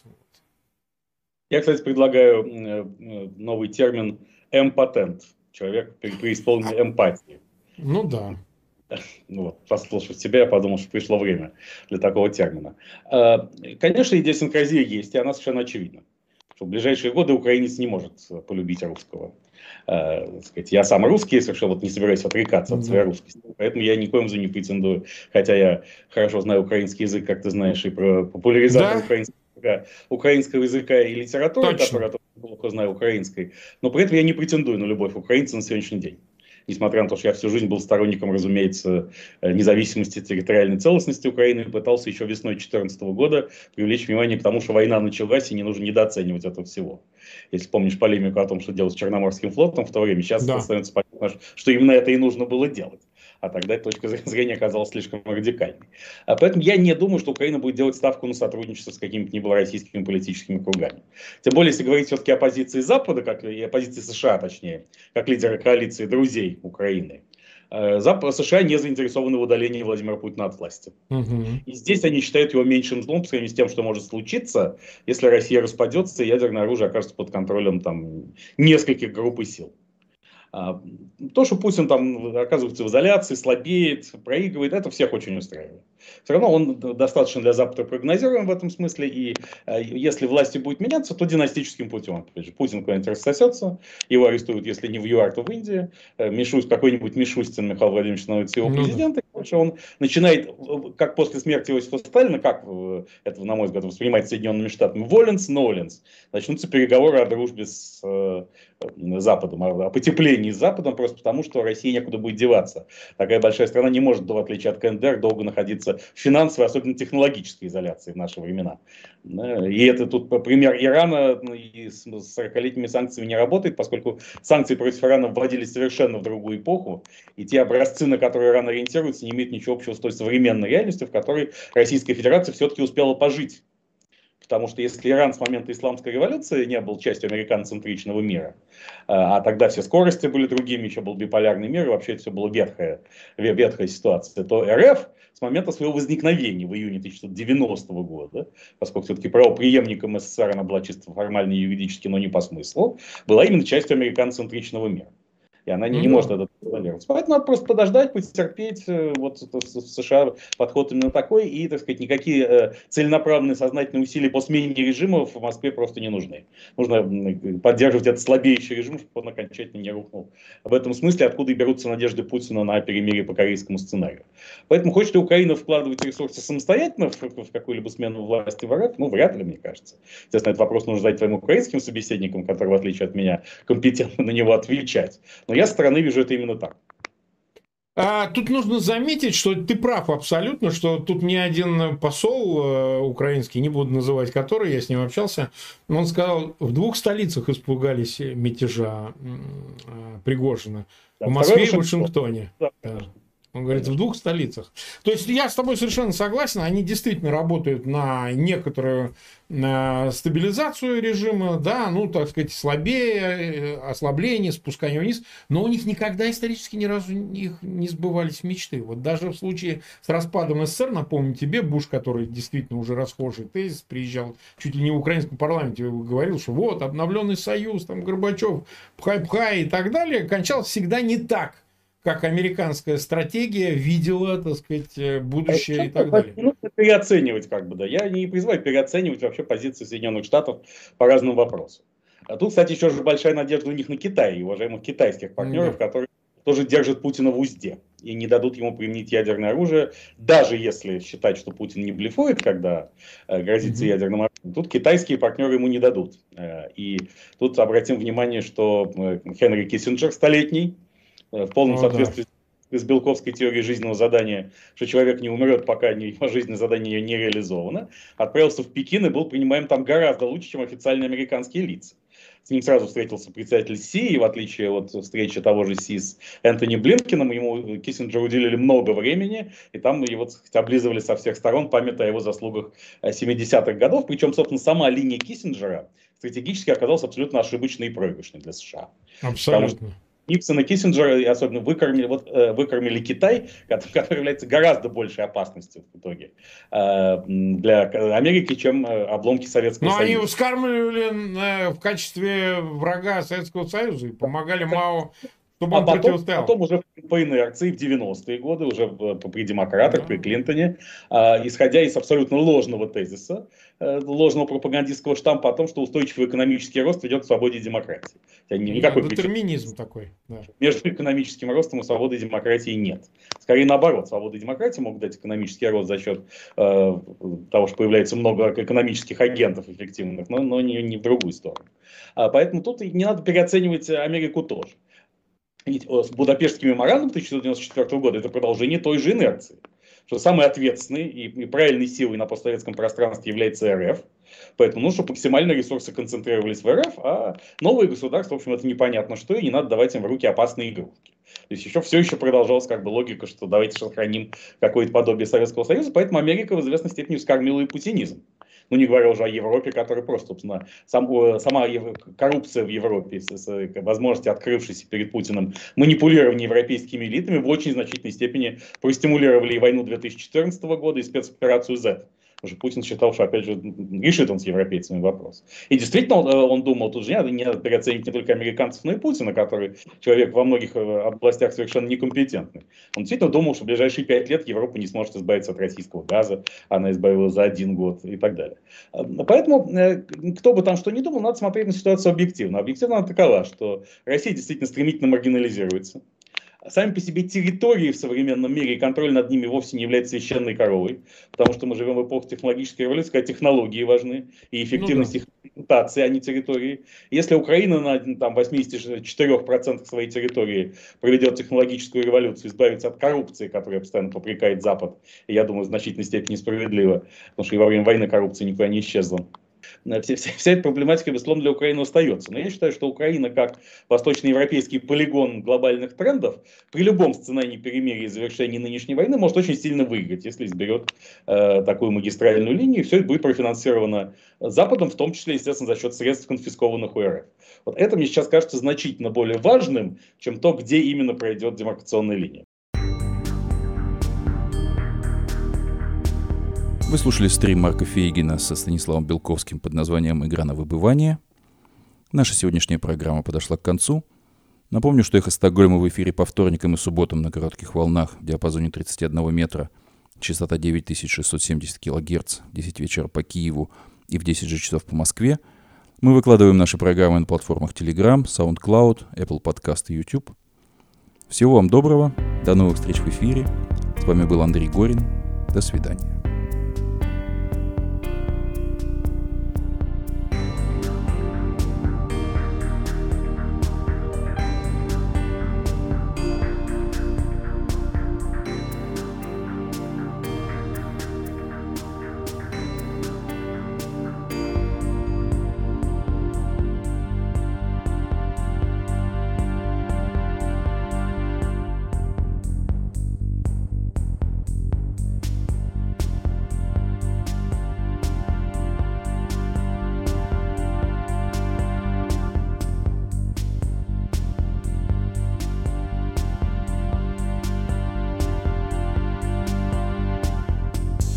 Я, кстати, предлагаю новый термин «эмпотент». Человек преисполненный эмпатии.
Ну да.
Ну, вот, послушав тебя, я подумал, что пришло время для такого термина. Конечно, идиосинкразия есть, и она совершенно очевидна. Что в ближайшие годы украинец не может полюбить русского. Я сам русский, совершенно вот не собираюсь отрекаться от своей русскости. Поэтому я никоим образом не претендую, хотя я хорошо знаю украинский язык, как ты знаешь, и про популяризацию да. украинского языка, украинского языка и литературы, которую я плохо знаю украинской. Но при этом я не претендую на любовь украинца на сегодняшний день. Несмотря на то, что я всю жизнь был сторонником, разумеется, независимости, территориальной целостности Украины, и пытался еще весной две тысячи четырнадцатого года привлечь внимание к тому, что война началась, и не нужно недооценивать этого всего. Если помнишь полемику о том, что делать с Черноморским флотом в то время, сейчас да. становится понятно, что именно это и нужно было делать. А тогда эта точка зрения оказалась слишком радикальной. А поэтому я не думаю, что Украина будет делать ставку на сотрудничество с какими-то небелороссийскими политическими кругами. Тем более, если говорить все-таки о позиции Запада, как, и о позиции США, точнее, как лидера коалиции друзей Украины. Запад, США не заинтересованы в удалении Владимира Путина от власти. Угу. И здесь они считают его меньшим злом по сравнению с тем, что может случиться, если Россия распадется и ядерное оружие окажется под контролем там, нескольких групп и сил. То, что Путин там оказывается в изоляции, слабеет, проигрывает, это всех очень устраивает. Все равно он достаточно для Запада прогнозируем в этом смысле, и если власти будет меняться, то династическим путем. Опять же, Путин куда-нибудь рассосется, его арестуют, если не в ЮАР, то в Индии. Мишусь, какой-нибудь Мишустин Михаил Владимирович становится его президентом. Короче, он начинает, как после смерти Иосифа Сталина, как это, на мой взгляд, воспринимается Соединенными Штатами, воленс, ноленс. Начнутся переговоры о дружбе с Западом, о потеплении с Западом, просто потому, что России некуда будет деваться. Такая большая страна не может, в отличие от КНДР, долго находиться в финансовой, особенно технологической изоляции в наши времена. И это тут пример Ирана и с сорокалетними санкциями не работает, поскольку санкции против Ирана вводились совершенно в другую эпоху, и те образцы, на которые Иран ориентируется, не имеют ничего общего с той современной реальностью, в которой Российская Федерация все-таки успела пожить. Потому что если Иран с момента исламской революции не был частью американоцентричного мира, а тогда все скорости были другими, еще был биполярный мир, и вообще это все была ветхая, ветхая ситуация, то РФ с момента своего возникновения в июне тысяча девятьсот девяностого года, поскольку все-таки правопреемником СССР она была чисто формально и юридически, но не по смыслу, была именно частью американоцентричного мира. И она не, не может это контролировать. трансформироваться. Поэтому надо просто подождать, потерпеть. Вот в США подход именно такой, и, так сказать, никакие целенаправленные сознательные усилия по смене режима в Москве просто не нужны. Нужно поддерживать этот слабеющий режим, чтобы он окончательно не рухнул. В этом смысле откуда и берутся надежды Путина на перемирие по корейскому сценарию. Поэтому хочет ли Украина вкладывать ресурсы самостоятельно в, в какую-либо смену власти в РФ? Ну, вряд ли, мне кажется. Естественно, этот вопрос нужно задать твоим украинским собеседникам, которые, в отличие от меня, компетентны на него отвечать. Но я со стороны вижу это именно так.
А, тут нужно заметить, что ты прав абсолютно, что тут ни один посол э, украинский, не буду называть который, я с ним общался, он сказал, в двух столицах испугались мятежа э, Пригожина. Да, в Москве и Вашингтоне. Да. Да. Он говорит, в двух столицах. То есть я с тобой совершенно согласен, они действительно работают на некоторую на стабилизацию режима, да, ну, так сказать, слабее, ослабление, спускание вниз, но у них никогда исторически ни разу их не сбывались мечты. Вот даже в случае с распадом СССР, напомню тебе, Буш, который действительно уже расхожий тезис, приезжал чуть ли не в украинском парламенте, говорил, что вот, обновленный союз, там, Горбачев, пхай-пхай и так далее, кончался всегда не так, как американская стратегия видела, так сказать, будущее а и так далее.
Нужно переоценивать, как бы, да. Я не призываю переоценивать вообще позиции Соединенных Штатов по разным вопросам. А тут, кстати, еще же большая надежда у них на Китай, и уважаемых китайских партнеров, да, которые тоже держат Путина в узде и не дадут ему применить ядерное оружие, даже если считать, что Путин не блефует, когда э, грозится mm-hmm. ядерным оружием. Тут китайские партнеры ему не дадут. Э, и тут обратим внимание, что э, Хенри Киссинджер столетний, в полном О, соответствии да. с Белковской теорией жизненного задания, что человек не умрет, пока его жизненное задание не реализовано, отправился в Пекин и был принимаем там гораздо лучше, чем официальные американские лица. С ним сразу встретился председатель Си, и в отличие от встречи того же Си с Энтони Блинкеном, ему Киссинджеру уделили много времени, и там его, так сказать, облизывали со всех сторон память о его заслугах семидесятых годов. Причем, собственно, сама линия Киссинджера стратегически оказалась абсолютно ошибочной и проигрышной для США.
Абсолютно.
Никсон и Киссинджер особенно выкормили, вот, э, выкормили Китай, который, который является гораздо большей опасностью в итоге э, для Америки, чем э, обломки Советского
Но
Союза.
Но они вскармливали э, в качестве врага Советского Союза и помогали Мао, чтобы
а
он
потом,
противостоял.
Потом уже по инерции в девяностые годы, уже при демократах, да. при Клинтоне, э, исходя из абсолютно ложного тезиса, э, ложного пропагандистского штампа о том, что устойчивый экономический рост ведет к свободе и демократии. Никакой
да, детерминизм такой. Да.
Между экономическим ростом и свободой и демократией нет. Скорее наоборот, свобода и демократия могут дать экономический рост за счет э, того, что появляется много экономических агентов эффективных, но, но не, не в другую сторону. А, поэтому тут не надо переоценивать Америку тоже. Ведь Будапештский меморандум тысяча девятьсот девяносто четвёртого года – это продолжение той же инерции, что самой ответственной и, и правильной силой на постсоветском пространстве является эр эф. Поэтому нужно, чтобы максимально ресурсы концентрировались в эр эф, а новые государства, в общем, это непонятно что, и не надо давать им в руки опасные игрушки. То есть еще, все еще продолжалась как бы логика, что давайте сохраним какое-то подобие Советского Союза, поэтому Америка в известной степени вскормила и путинизм. Ну, не говоря уже о Европе, которая просто, собственно, сам, сама коррупция в Европе, с, с возможностью, открывшейся перед Путиным, манипулирование европейскими элитами в очень значительной степени простимулировали и войну две тысячи четырнадцатого года, и спецоперацию зет. Потому что Путин считал, что, опять же, решит он с европейцами вопрос. И действительно, он, он думал, тут же не надо, не надо переоценить не только американцев, но и Путина, который человек во многих областях совершенно некомпетентный. Он действительно думал, что в ближайшие пять лет Европа не сможет избавиться от российского газа, она избавилась за один год и так далее. Поэтому, кто бы там что ни думал, надо смотреть на ситуацию объективно. Объективно она такова, что Россия действительно стремительно маргинализируется. Сами по себе территории в современном мире и контроль над ними вовсе не является священной коровой, потому что мы живем в эпоху технологической революции, когда технологии важны, и эффективность ну, да. их эксплуатации, а не территории. Если Украина на там, восемьдесят четыре процента своей территории проведет технологическую революцию, избавится от коррупции, которая постоянно попрекает Запад, и я думаю, в значительной степени справедливо, потому что и во время войны коррупция никуда не исчезла. Вся, вся, вся эта проблематика, безусловно, для Украины остается. Но я считаю, что Украина, как восточноевропейский полигон глобальных трендов, при любом сценарии перемирия и завершении нынешней войны может очень сильно выиграть, если изберет э, такую магистральную линию. И все это будет профинансировано Западом, в том числе, естественно, за счет средств, конфискованных у эр эф. Вот это мне сейчас кажется значительно более важным, чем то, где именно пройдет демаркационная линия.
Вы слушали стрим Марка Фейгина со Станиславом Белковским под названием «Игра на выбывание». Наша сегодняшняя программа подошла к концу. Напомню, что «Эхо Стокгольма» в эфире по вторникам и субботам на коротких волнах в диапазоне тридцать один метра, частота девять тысяч шестьсот семьдесят килогерц, в десять вечера по Киеву и в десять же часов по Москве. Мы выкладываем наши программы на платформах Telegram, SoundCloud, Apple Podcast и YouTube. Всего вам доброго, до новых встреч в эфире. С вами был Андрей Горин. До свидания.